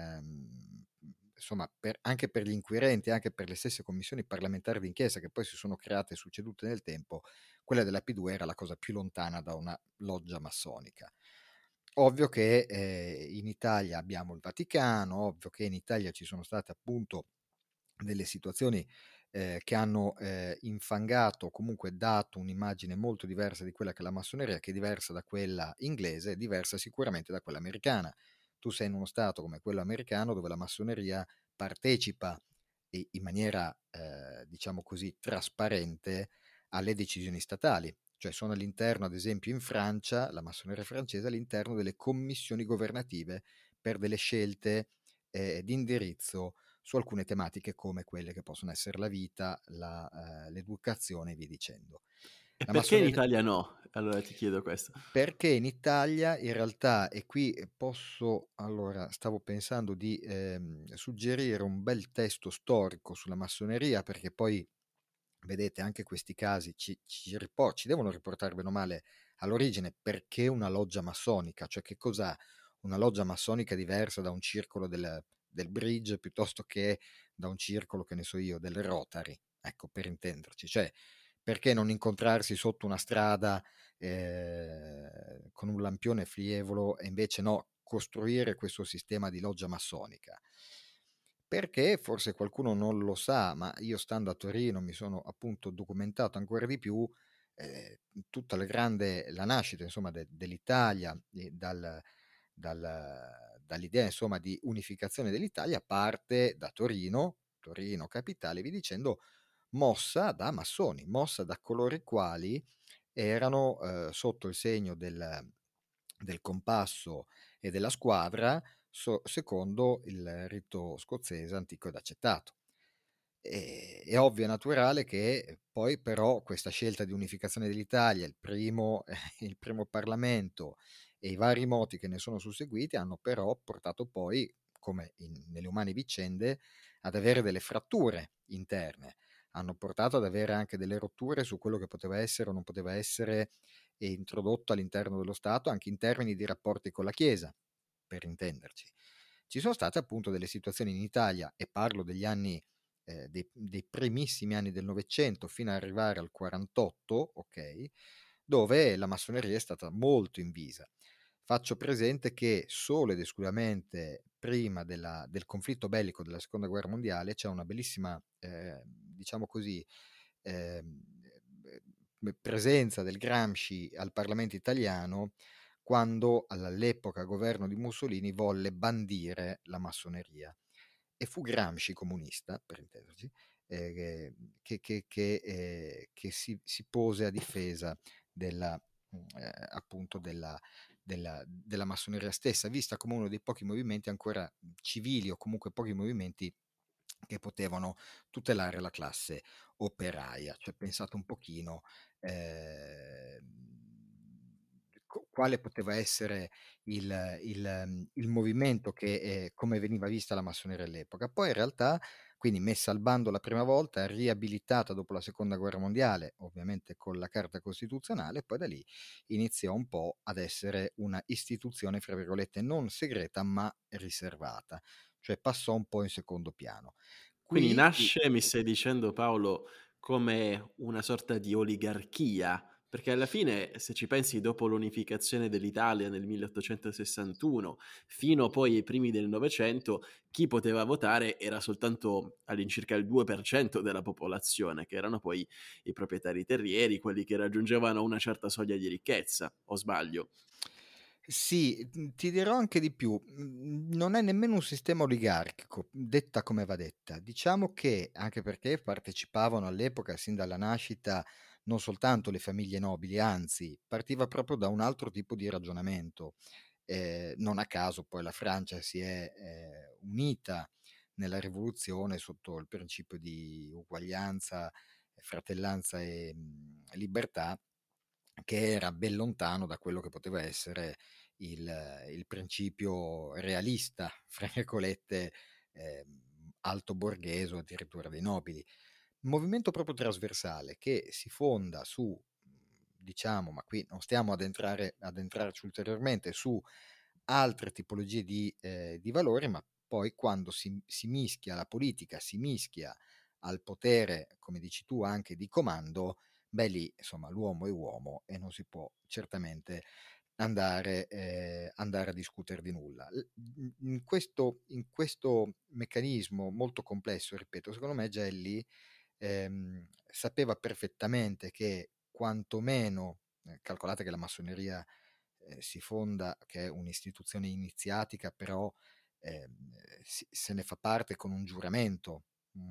insomma, anche per gli inquirenti, anche per le stesse commissioni parlamentari d'inchiesta che poi si sono create e succedute nel tempo, quella della P2 era la cosa più lontana da una loggia massonica. Ovvio che in Italia abbiamo il Vaticano, ovvio che in Italia ci sono state appunto delle situazioni che hanno infangato, comunque dato un'immagine molto diversa di quella che è la massoneria, che è diversa da quella inglese, è diversa sicuramente da quella americana. Tu sei in uno stato come quello americano dove la massoneria partecipa in maniera, diciamo così, trasparente alle decisioni statali, cioè sono all'interno, ad esempio in Francia, la massoneria francese, all'interno delle commissioni governative per delle scelte di indirizzo su alcune tematiche come quelle che possono essere la vita, l'educazione e via dicendo. E La perché in massoneria, Italia no? Allora ti chiedo questo. perché in Italia in realtà, e qui stavo pensando di suggerire un bel testo storico sulla massoneria, perché poi, vedete, anche questi casi ci devono riportare bene o male all'origine, perché una loggia massonica, cioè che cos'ha una loggia massonica diversa da un circolo del Bridge piuttosto che da un circolo, che ne so io, del Rotary, ecco, per intenderci, cioè perché non incontrarsi sotto una strada con un lampione flievolo e invece no, costruire questo sistema di loggia massonica. perché forse qualcuno non lo sa, ma io stando a Torino mi sono appunto documentato ancora di più. Tutta la nascita insomma dell'Italia, dall'idea insomma di unificazione dell'Italia, parte da Torino capitale, vi dicendo, mossa da massoni, mossa da coloro i quali erano sotto il segno del compasso e della squadra, secondo il rito scozzese antico ed accettato. È ovvio e naturale che poi però questa scelta di unificazione dell'Italia, il primo Parlamento e i vari moti che ne sono susseguiti hanno però portato poi, come nelle umane vicende, ad avere delle fratture interne, hanno portato ad avere anche delle rotture su quello che poteva essere o non poteva essere introdotto all'interno dello Stato, anche in termini di rapporti con la Chiesa, per intenderci. Ci sono state appunto delle situazioni in Italia, e parlo degli anni dei primissimi anni del Novecento fino ad arrivare al 48, ok, dove la massoneria è stata molto invisa. Faccio presente che solo ed esclusivamente prima del conflitto bellico della Seconda Guerra Mondiale c'è una bellissima, diciamo così, eh, presenza del Gramsci al Parlamento italiano, quando all'epoca governo di Mussolini volle bandire la massoneria. E fu Gramsci, comunista, per intenderci, che si pose a difesa appunto della massoneria stessa, vista come uno dei pochi movimenti ancora civili, o comunque pochi movimenti che potevano tutelare la classe operaia. Cioè, pensate un pochino quale poteva essere il movimento che, come veniva vista la massoneria all'epoca. Poi in realtà, quindi messa al bando la prima volta, riabilitata dopo la seconda guerra mondiale, ovviamente con la carta costituzionale, poi da lì iniziò un po' ad essere una istituzione, fra virgolette, non segreta ma riservata, cioè passò un po' in secondo piano. Quindi Qui nasce, mi stai dicendo Paolo, come una sorta di oligarchia, perché alla fine, se ci pensi, dopo l'unificazione dell'Italia nel 1861, fino poi ai primi del Novecento, chi poteva votare era soltanto all'incirca il 2% della popolazione, che erano poi i proprietari terrieri, quelli che raggiungevano una certa soglia di ricchezza, o sbaglio? sì, ti dirò anche di più, non è nemmeno un sistema oligarchico, detta come va detta. Diciamo che, anche perché partecipavano all'epoca, sin dalla nascita, non soltanto le famiglie nobili, anzi, partiva proprio da un altro tipo di ragionamento. Non a caso poi la Francia si è unita nella rivoluzione sotto il principio di uguaglianza, fratellanza e libertà, che era ben lontano da quello che poteva essere il principio realista, fra virgolette, alto borghese o addirittura dei nobili. Un movimento proprio trasversale che si fonda su, diciamo, ma qui non stiamo ad entrarci ulteriormente, su altre tipologie di valori, ma poi quando si mischia la politica, si mischia al potere, come dici tu, anche di comando, beh lì insomma l'uomo è uomo e non si può certamente andare a discutere di nulla. In questo meccanismo molto complesso, ripeto, secondo me Gelli sapeva perfettamente che quantomeno, calcolate che la massoneria si fonda, che è un'istituzione iniziatica, però se ne fa parte con un giuramento.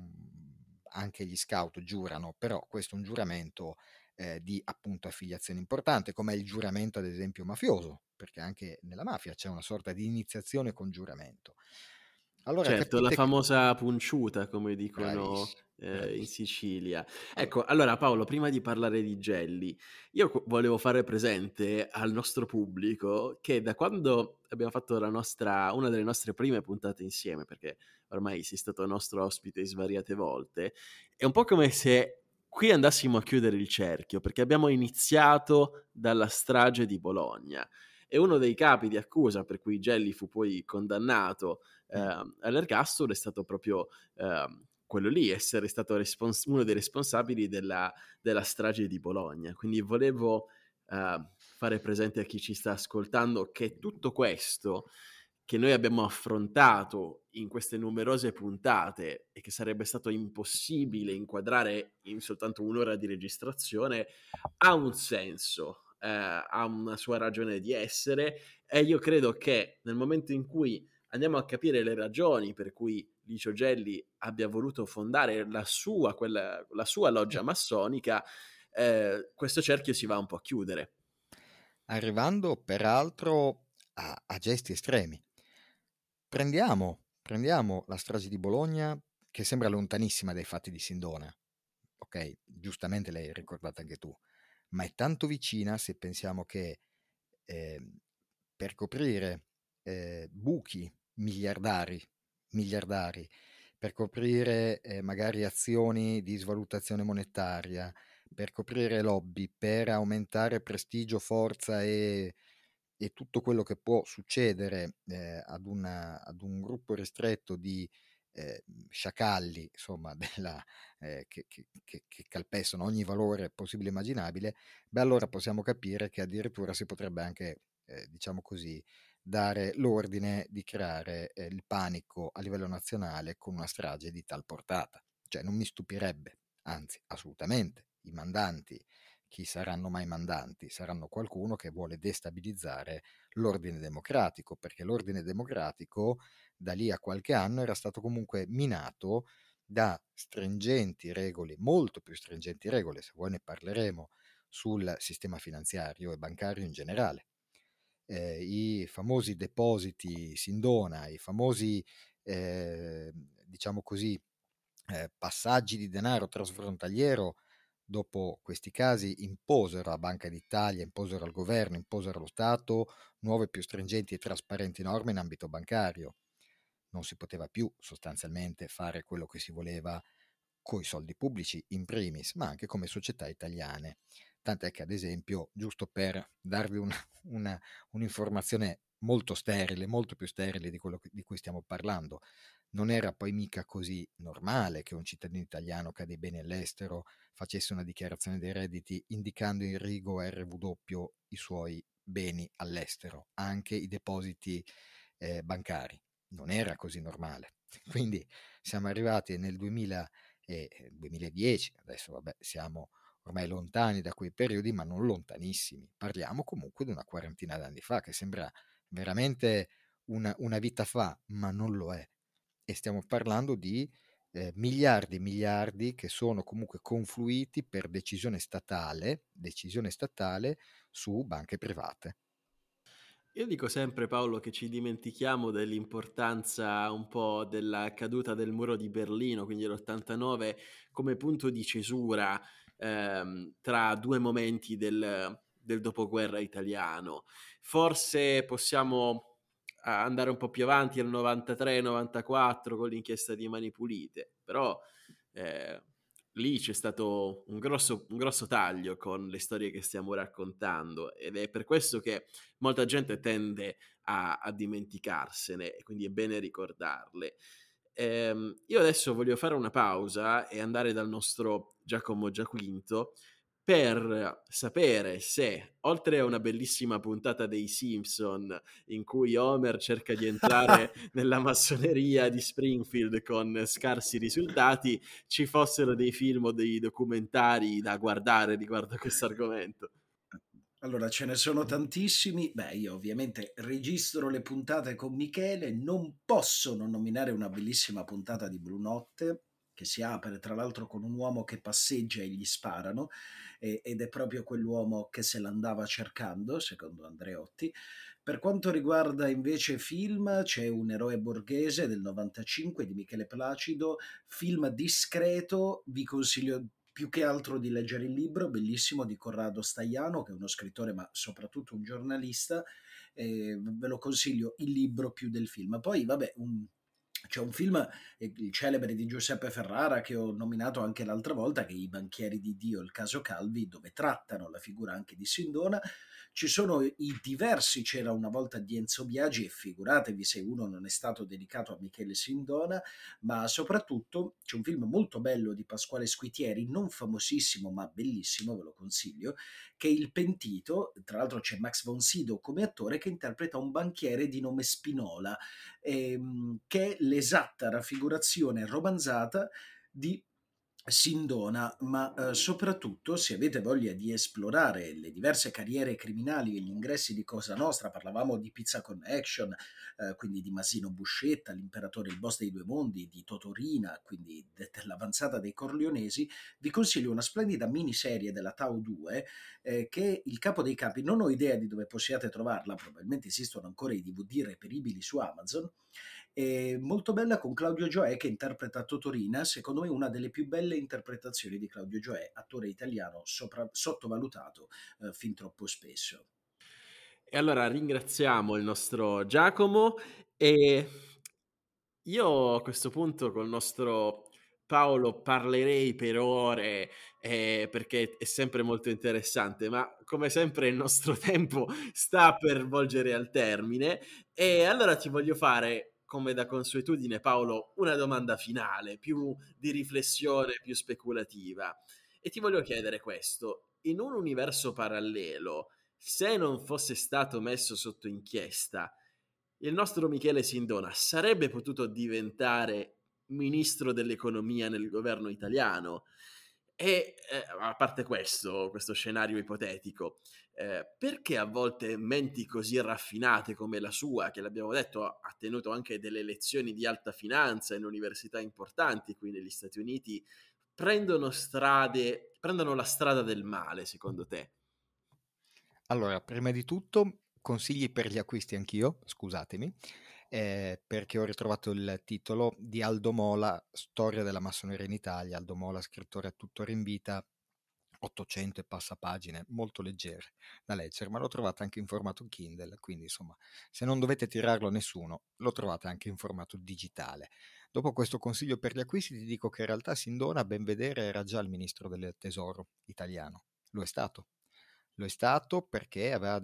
Anche gli scout giurano, però questo è un giuramento di appunto affiliazione importante, come è il giuramento ad esempio mafioso, perché anche nella mafia c'è una sorta di iniziazione con giuramento. Allora Certo, la capite che... famosa punciuta, come dicono, Bravissimo, in bravissimo. Sicilia. Allora, Ecco, allora Paolo, prima di parlare di Gelli, io volevo fare presente al nostro pubblico che da quando abbiamo fatto una delle nostre prime puntate insieme, perché ormai sei stato nostro ospite svariate volte, è un po' come se qui andassimo a chiudere il cerchio, perché abbiamo iniziato dalla strage di Bologna. E uno dei capi di accusa per cui Gelli fu poi condannato all'ergastolo è stato proprio quello lì, essere stato uno dei responsabili della strage di Bologna. Quindi volevo fare presente a chi ci sta ascoltando che tutto questo che noi abbiamo affrontato in queste numerose puntate e che sarebbe stato impossibile inquadrare in soltanto un'ora di registrazione, ha un senso, ha una sua ragione di essere, e io credo che nel momento in cui andiamo a capire le ragioni per cui Licio Gelli abbia voluto fondare la sua loggia massonica, questo cerchio si va un po' a chiudere. Arrivando peraltro a gesti estremi. Prendiamo la strage di Bologna, che sembra lontanissima dai fatti di Sindona. Ok, giustamente l'hai ricordata anche tu, ma è tanto vicina se pensiamo che eh, per coprire buchi miliardari, per coprire magari azioni di svalutazione monetaria, per coprire lobby, per aumentare prestigio, forza e tutto quello che può succedere ad un gruppo ristretto di sciacalli, insomma, che calpestano ogni valore possibile e immaginabile, beh, allora possiamo capire che addirittura si potrebbe anche, diciamo così, dare l'ordine di creare il panico a livello nazionale con una strage di tal portata. Cioè, non mi stupirebbe, anzi, assolutamente, i mandanti, chi saranno mai mandanti? Saranno qualcuno che vuole destabilizzare l'ordine democratico, perché l'ordine democratico da lì a qualche anno era stato comunque minato da stringenti regole, molto più stringenti regole, se vuoi ne parleremo, sul sistema finanziario e bancario in generale. I famosi depositi Sindona, i famosi, diciamo così, passaggi di denaro transfrontaliero dopo questi casi imposero alla Banca d'Italia, imposero al governo, imposero allo Stato nuove più stringenti e trasparenti norme in ambito bancario. Non si poteva più sostanzialmente fare quello che si voleva coi soldi pubblici in primis, ma anche come società italiane. Tant'è che, ad esempio, giusto per darvi una, un'informazione molto sterile, molto più sterile di quello di cui stiamo parlando, non era poi mica così normale che un cittadino italiano che ha dei beni all'estero facesse una dichiarazione dei redditi indicando in rigo RW i suoi beni all'estero, anche i depositi bancari. Non era così normale. Quindi siamo arrivati nel 2010, adesso vabbè siamo ormai lontani da quei periodi, ma non lontanissimi. Parliamo comunque di una quarantina d'anni fa, che sembra veramente una vita fa, ma non lo è. E stiamo parlando di miliardi e miliardi che sono comunque confluiti per decisione statale su banche private. Io dico sempre, Paolo, che ci dimentichiamo dell'importanza un po' della caduta del muro di Berlino, quindi l'89, come punto di cesura tra due momenti del dopoguerra italiano. Forse possiamo andare un po' più avanti al 93-94 con l'inchiesta di Mani Pulite, però eh, lì c'è stato un grosso taglio con le storie che stiamo raccontando, ed è per questo che molta gente tende a dimenticarsene, e quindi è bene ricordarle. Io adesso voglio fare una pausa e andare dal nostro Giacomo Giaquinto per sapere se, oltre a una bellissima puntata dei Simpson in cui Homer cerca di entrare nella massoneria di Springfield con scarsi risultati, ci fossero dei film o dei documentari da guardare riguardo a questo argomento. Allora, ce ne sono tantissimi. Beh, io ovviamente registro le puntate con Michele, non posso non nominare una bellissima puntata di Blu Notte, che si apre tra l'altro con un uomo che passeggia e gli sparano, ed è proprio quell'uomo che se l'andava cercando, secondo Andreotti. Per quanto riguarda invece film, c'è Un eroe borghese del 95 di Michele Placido, film discreto, vi consiglio più che altro di leggere il libro, bellissimo, di Corrado Staiano, che è uno scrittore ma soprattutto un giornalista, ve lo consiglio il libro più del film. Poi, vabbè, c'è un film, il celebre di Giuseppe Ferrara, che ho nominato anche l'altra volta, che è I banchieri di Dio, il caso Calvi, dove trattano la figura anche di Sindona. Ci sono i diversi, c'era una volta di Enzo Biagi, e figuratevi se uno non è stato dedicato a Michele Sindona, ma soprattutto c'è un film molto bello di Pasquale Squitieri, non famosissimo ma bellissimo, ve lo consiglio, che il pentito, tra l'altro c'è Max von Sydow come attore, che interpreta un banchiere di nome Spinola, che è l'esatta raffigurazione romanzata di Sindona, ma soprattutto se avete voglia di esplorare le diverse carriere criminali e gli ingressi di Cosa Nostra, parlavamo di Pizza Connection, quindi di Masino Buscetta, l'imperatore, il boss dei due mondi, di Totorina, quindi dell'avanzata dei Corleonesi, vi consiglio una splendida miniserie della Tau 2, che è Il capo dei capi. Non ho idea di dove possiate trovarla, probabilmente esistono ancora i DVD reperibili su Amazon, molto bella, con Claudio Gioè che interpreta Totorina, secondo me una delle più belle interpretazioni di Claudio Gioè, attore italiano sottovalutato fin troppo spesso. E allora ringraziamo il nostro Giacomo e io a questo punto col nostro Paolo parlerei per ore, perché è sempre molto interessante, ma come sempre il nostro tempo sta per volgere al termine e allora ti voglio fare, come da consuetudine Paolo, una domanda finale, più di riflessione, più speculativa. E ti voglio chiedere questo: in un universo parallelo, se non fosse stato messo sotto inchiesta, il nostro Michele Sindona sarebbe potuto diventare ministro dell'economia nel governo italiano? E a parte questo scenario ipotetico, perché a volte menti così raffinate come la sua, che l'abbiamo detto ha tenuto anche delle lezioni di alta finanza in università importanti qui negli Stati Uniti, prendono la strada del male, secondo te? Allora, prima di tutto, consigli per gli acquisti anch'io, scusatemi, perché ho ritrovato il titolo di Aldo Mola, Storia della massoneria in Italia. Aldo Mola, scrittore tuttora in vita, 800 e passa pagine, molto leggere da leggere, ma l'ho trovato anche in formato Kindle, quindi insomma, se non dovete tirarlo a nessuno, lo trovate anche in formato digitale. Dopo questo consiglio per gli acquisti ti dico che in realtà Sindona, a ben vedere, era già il ministro del tesoro italiano, lo è stato. Lo è stato perché aveva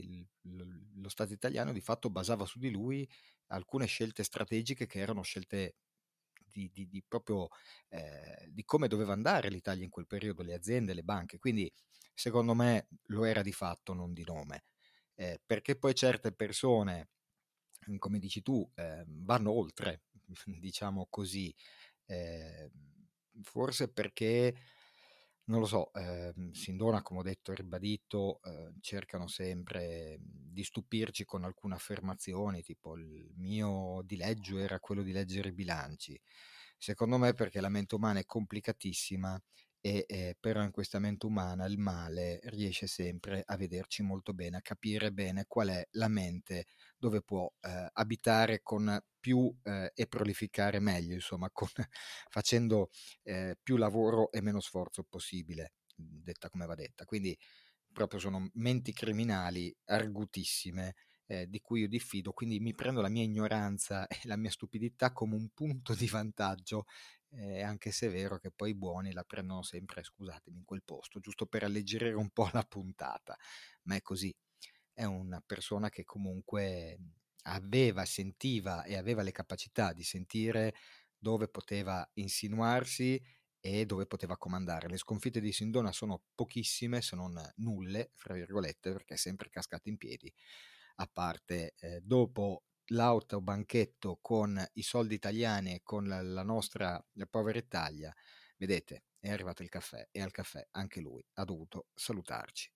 lo Stato italiano di fatto basava su di lui alcune scelte strategiche che erano scelte di proprio di come doveva andare l'Italia in quel periodo, le aziende, le banche. Quindi secondo me lo era di fatto, non di nome. Perché poi certe persone, come dici tu, vanno oltre, diciamo così. Eh, Forse perché, non lo so, Sindona, come ho detto e ribadito, cercano sempre di stupirci con alcune affermazioni, tipo il mio dileggio era quello di leggere i bilanci. Secondo me perché la mente umana è complicatissima e però in questa mente umana il male riesce sempre a vederci molto bene, a capire bene qual è la mente dove può abitare con più e prolificare meglio, insomma, facendo più lavoro e meno sforzo possibile, detta come va detta. Quindi proprio sono menti criminali argutissime, di cui io diffido, quindi mi prendo la mia ignoranza e la mia stupidità come un punto di vantaggio, anche se è vero che poi i buoni la prendono sempre, scusatemi, in quel posto, giusto per alleggerire un po' la puntata, ma è così. È una persona che comunque sentiva e aveva le capacità di sentire dove poteva insinuarsi e dove poteva comandare. Le sconfitte di Sindona sono pochissime, se non nulle, fra virgolette, perché è sempre cascato in piedi, a parte dopo l'autobanchetto con i soldi italiani e con la nostra povera Italia, vedete, è arrivato il caffè e al caffè anche lui ha dovuto salutarci.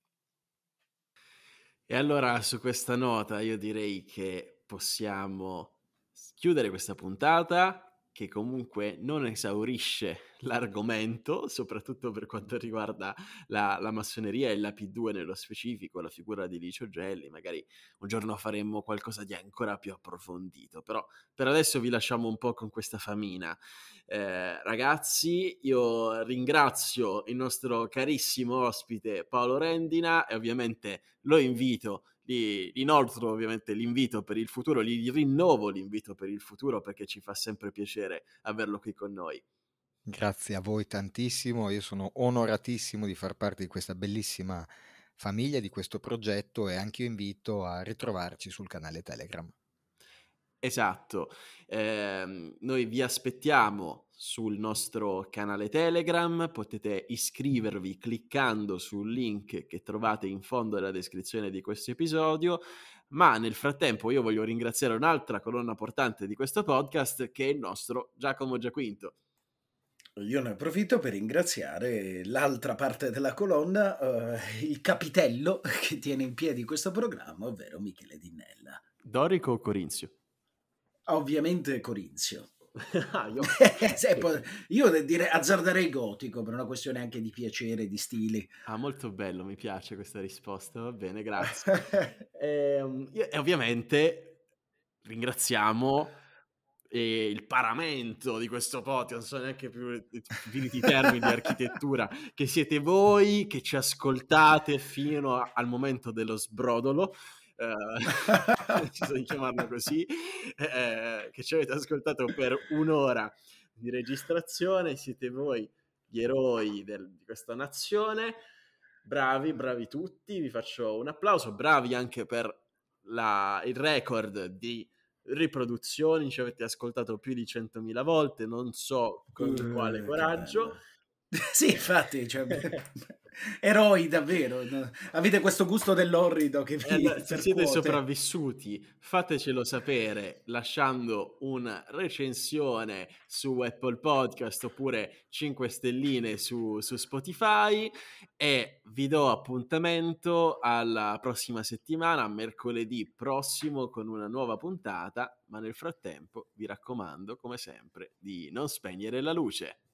E allora su questa nota io direi che possiamo chiudere questa puntata che comunque non esaurisce l'argomento, soprattutto per quanto riguarda la massoneria e la P2 nello specifico, la figura di Licio Gelli. Magari un giorno faremo qualcosa di ancora più approfondito, però per adesso vi lasciamo un po' con questa famina. Ragazzi, io ringrazio il nostro carissimo ospite Paolo Rendina e ovviamente lo invito, inoltre ovviamente l'invito per il futuro, gli rinnovo l'invito per il futuro perché ci fa sempre piacere averlo qui con noi. Grazie a voi tantissimo, io sono onoratissimo di far parte di questa bellissima famiglia, di questo progetto, e anche io invito a ritrovarci sul canale Telegram. Esatto, noi vi aspettiamo sul nostro canale Telegram, potete iscrivervi cliccando sul link che trovate in fondo alla descrizione di questo episodio, ma nel frattempo io voglio ringraziare un'altra colonna portante di questo podcast che è il nostro Giacomo Giaquinto. Io ne approfitto per ringraziare l'altra parte della colonna, il capitello che tiene in piedi questo programma, ovvero Michele Dinnella. Dorico o Corinzio? Ovviamente Corinzio. Io... Io direi azzarderei gotico per una questione anche di piacere, di stili. Molto bello, mi piace questa risposta, va bene, grazie. E ovviamente ringraziamo il paramento di questo podcast, non so neanche più finiti i termini di architettura, che siete voi che ci ascoltate fino al momento dello sbrodolo, deciso di chiamarlo così, che ci avete ascoltato per un'ora di registrazione, siete voi gli eroi di questa nazione, bravi tutti, vi faccio un applauso, bravi anche per il record di riproduzioni, ci avete ascoltato più di 100.000 volte, non so con quale coraggio. Sì, infatti, cioè, eroi davvero, no? Avete questo gusto dell'orrido che vi se siete sopravvissuti, fatecelo sapere lasciando una recensione su Apple Podcast oppure 5 stelline su Spotify, e vi do appuntamento alla prossima settimana, mercoledì prossimo, con una nuova puntata, ma nel frattempo vi raccomando come sempre di non spegnere la luce.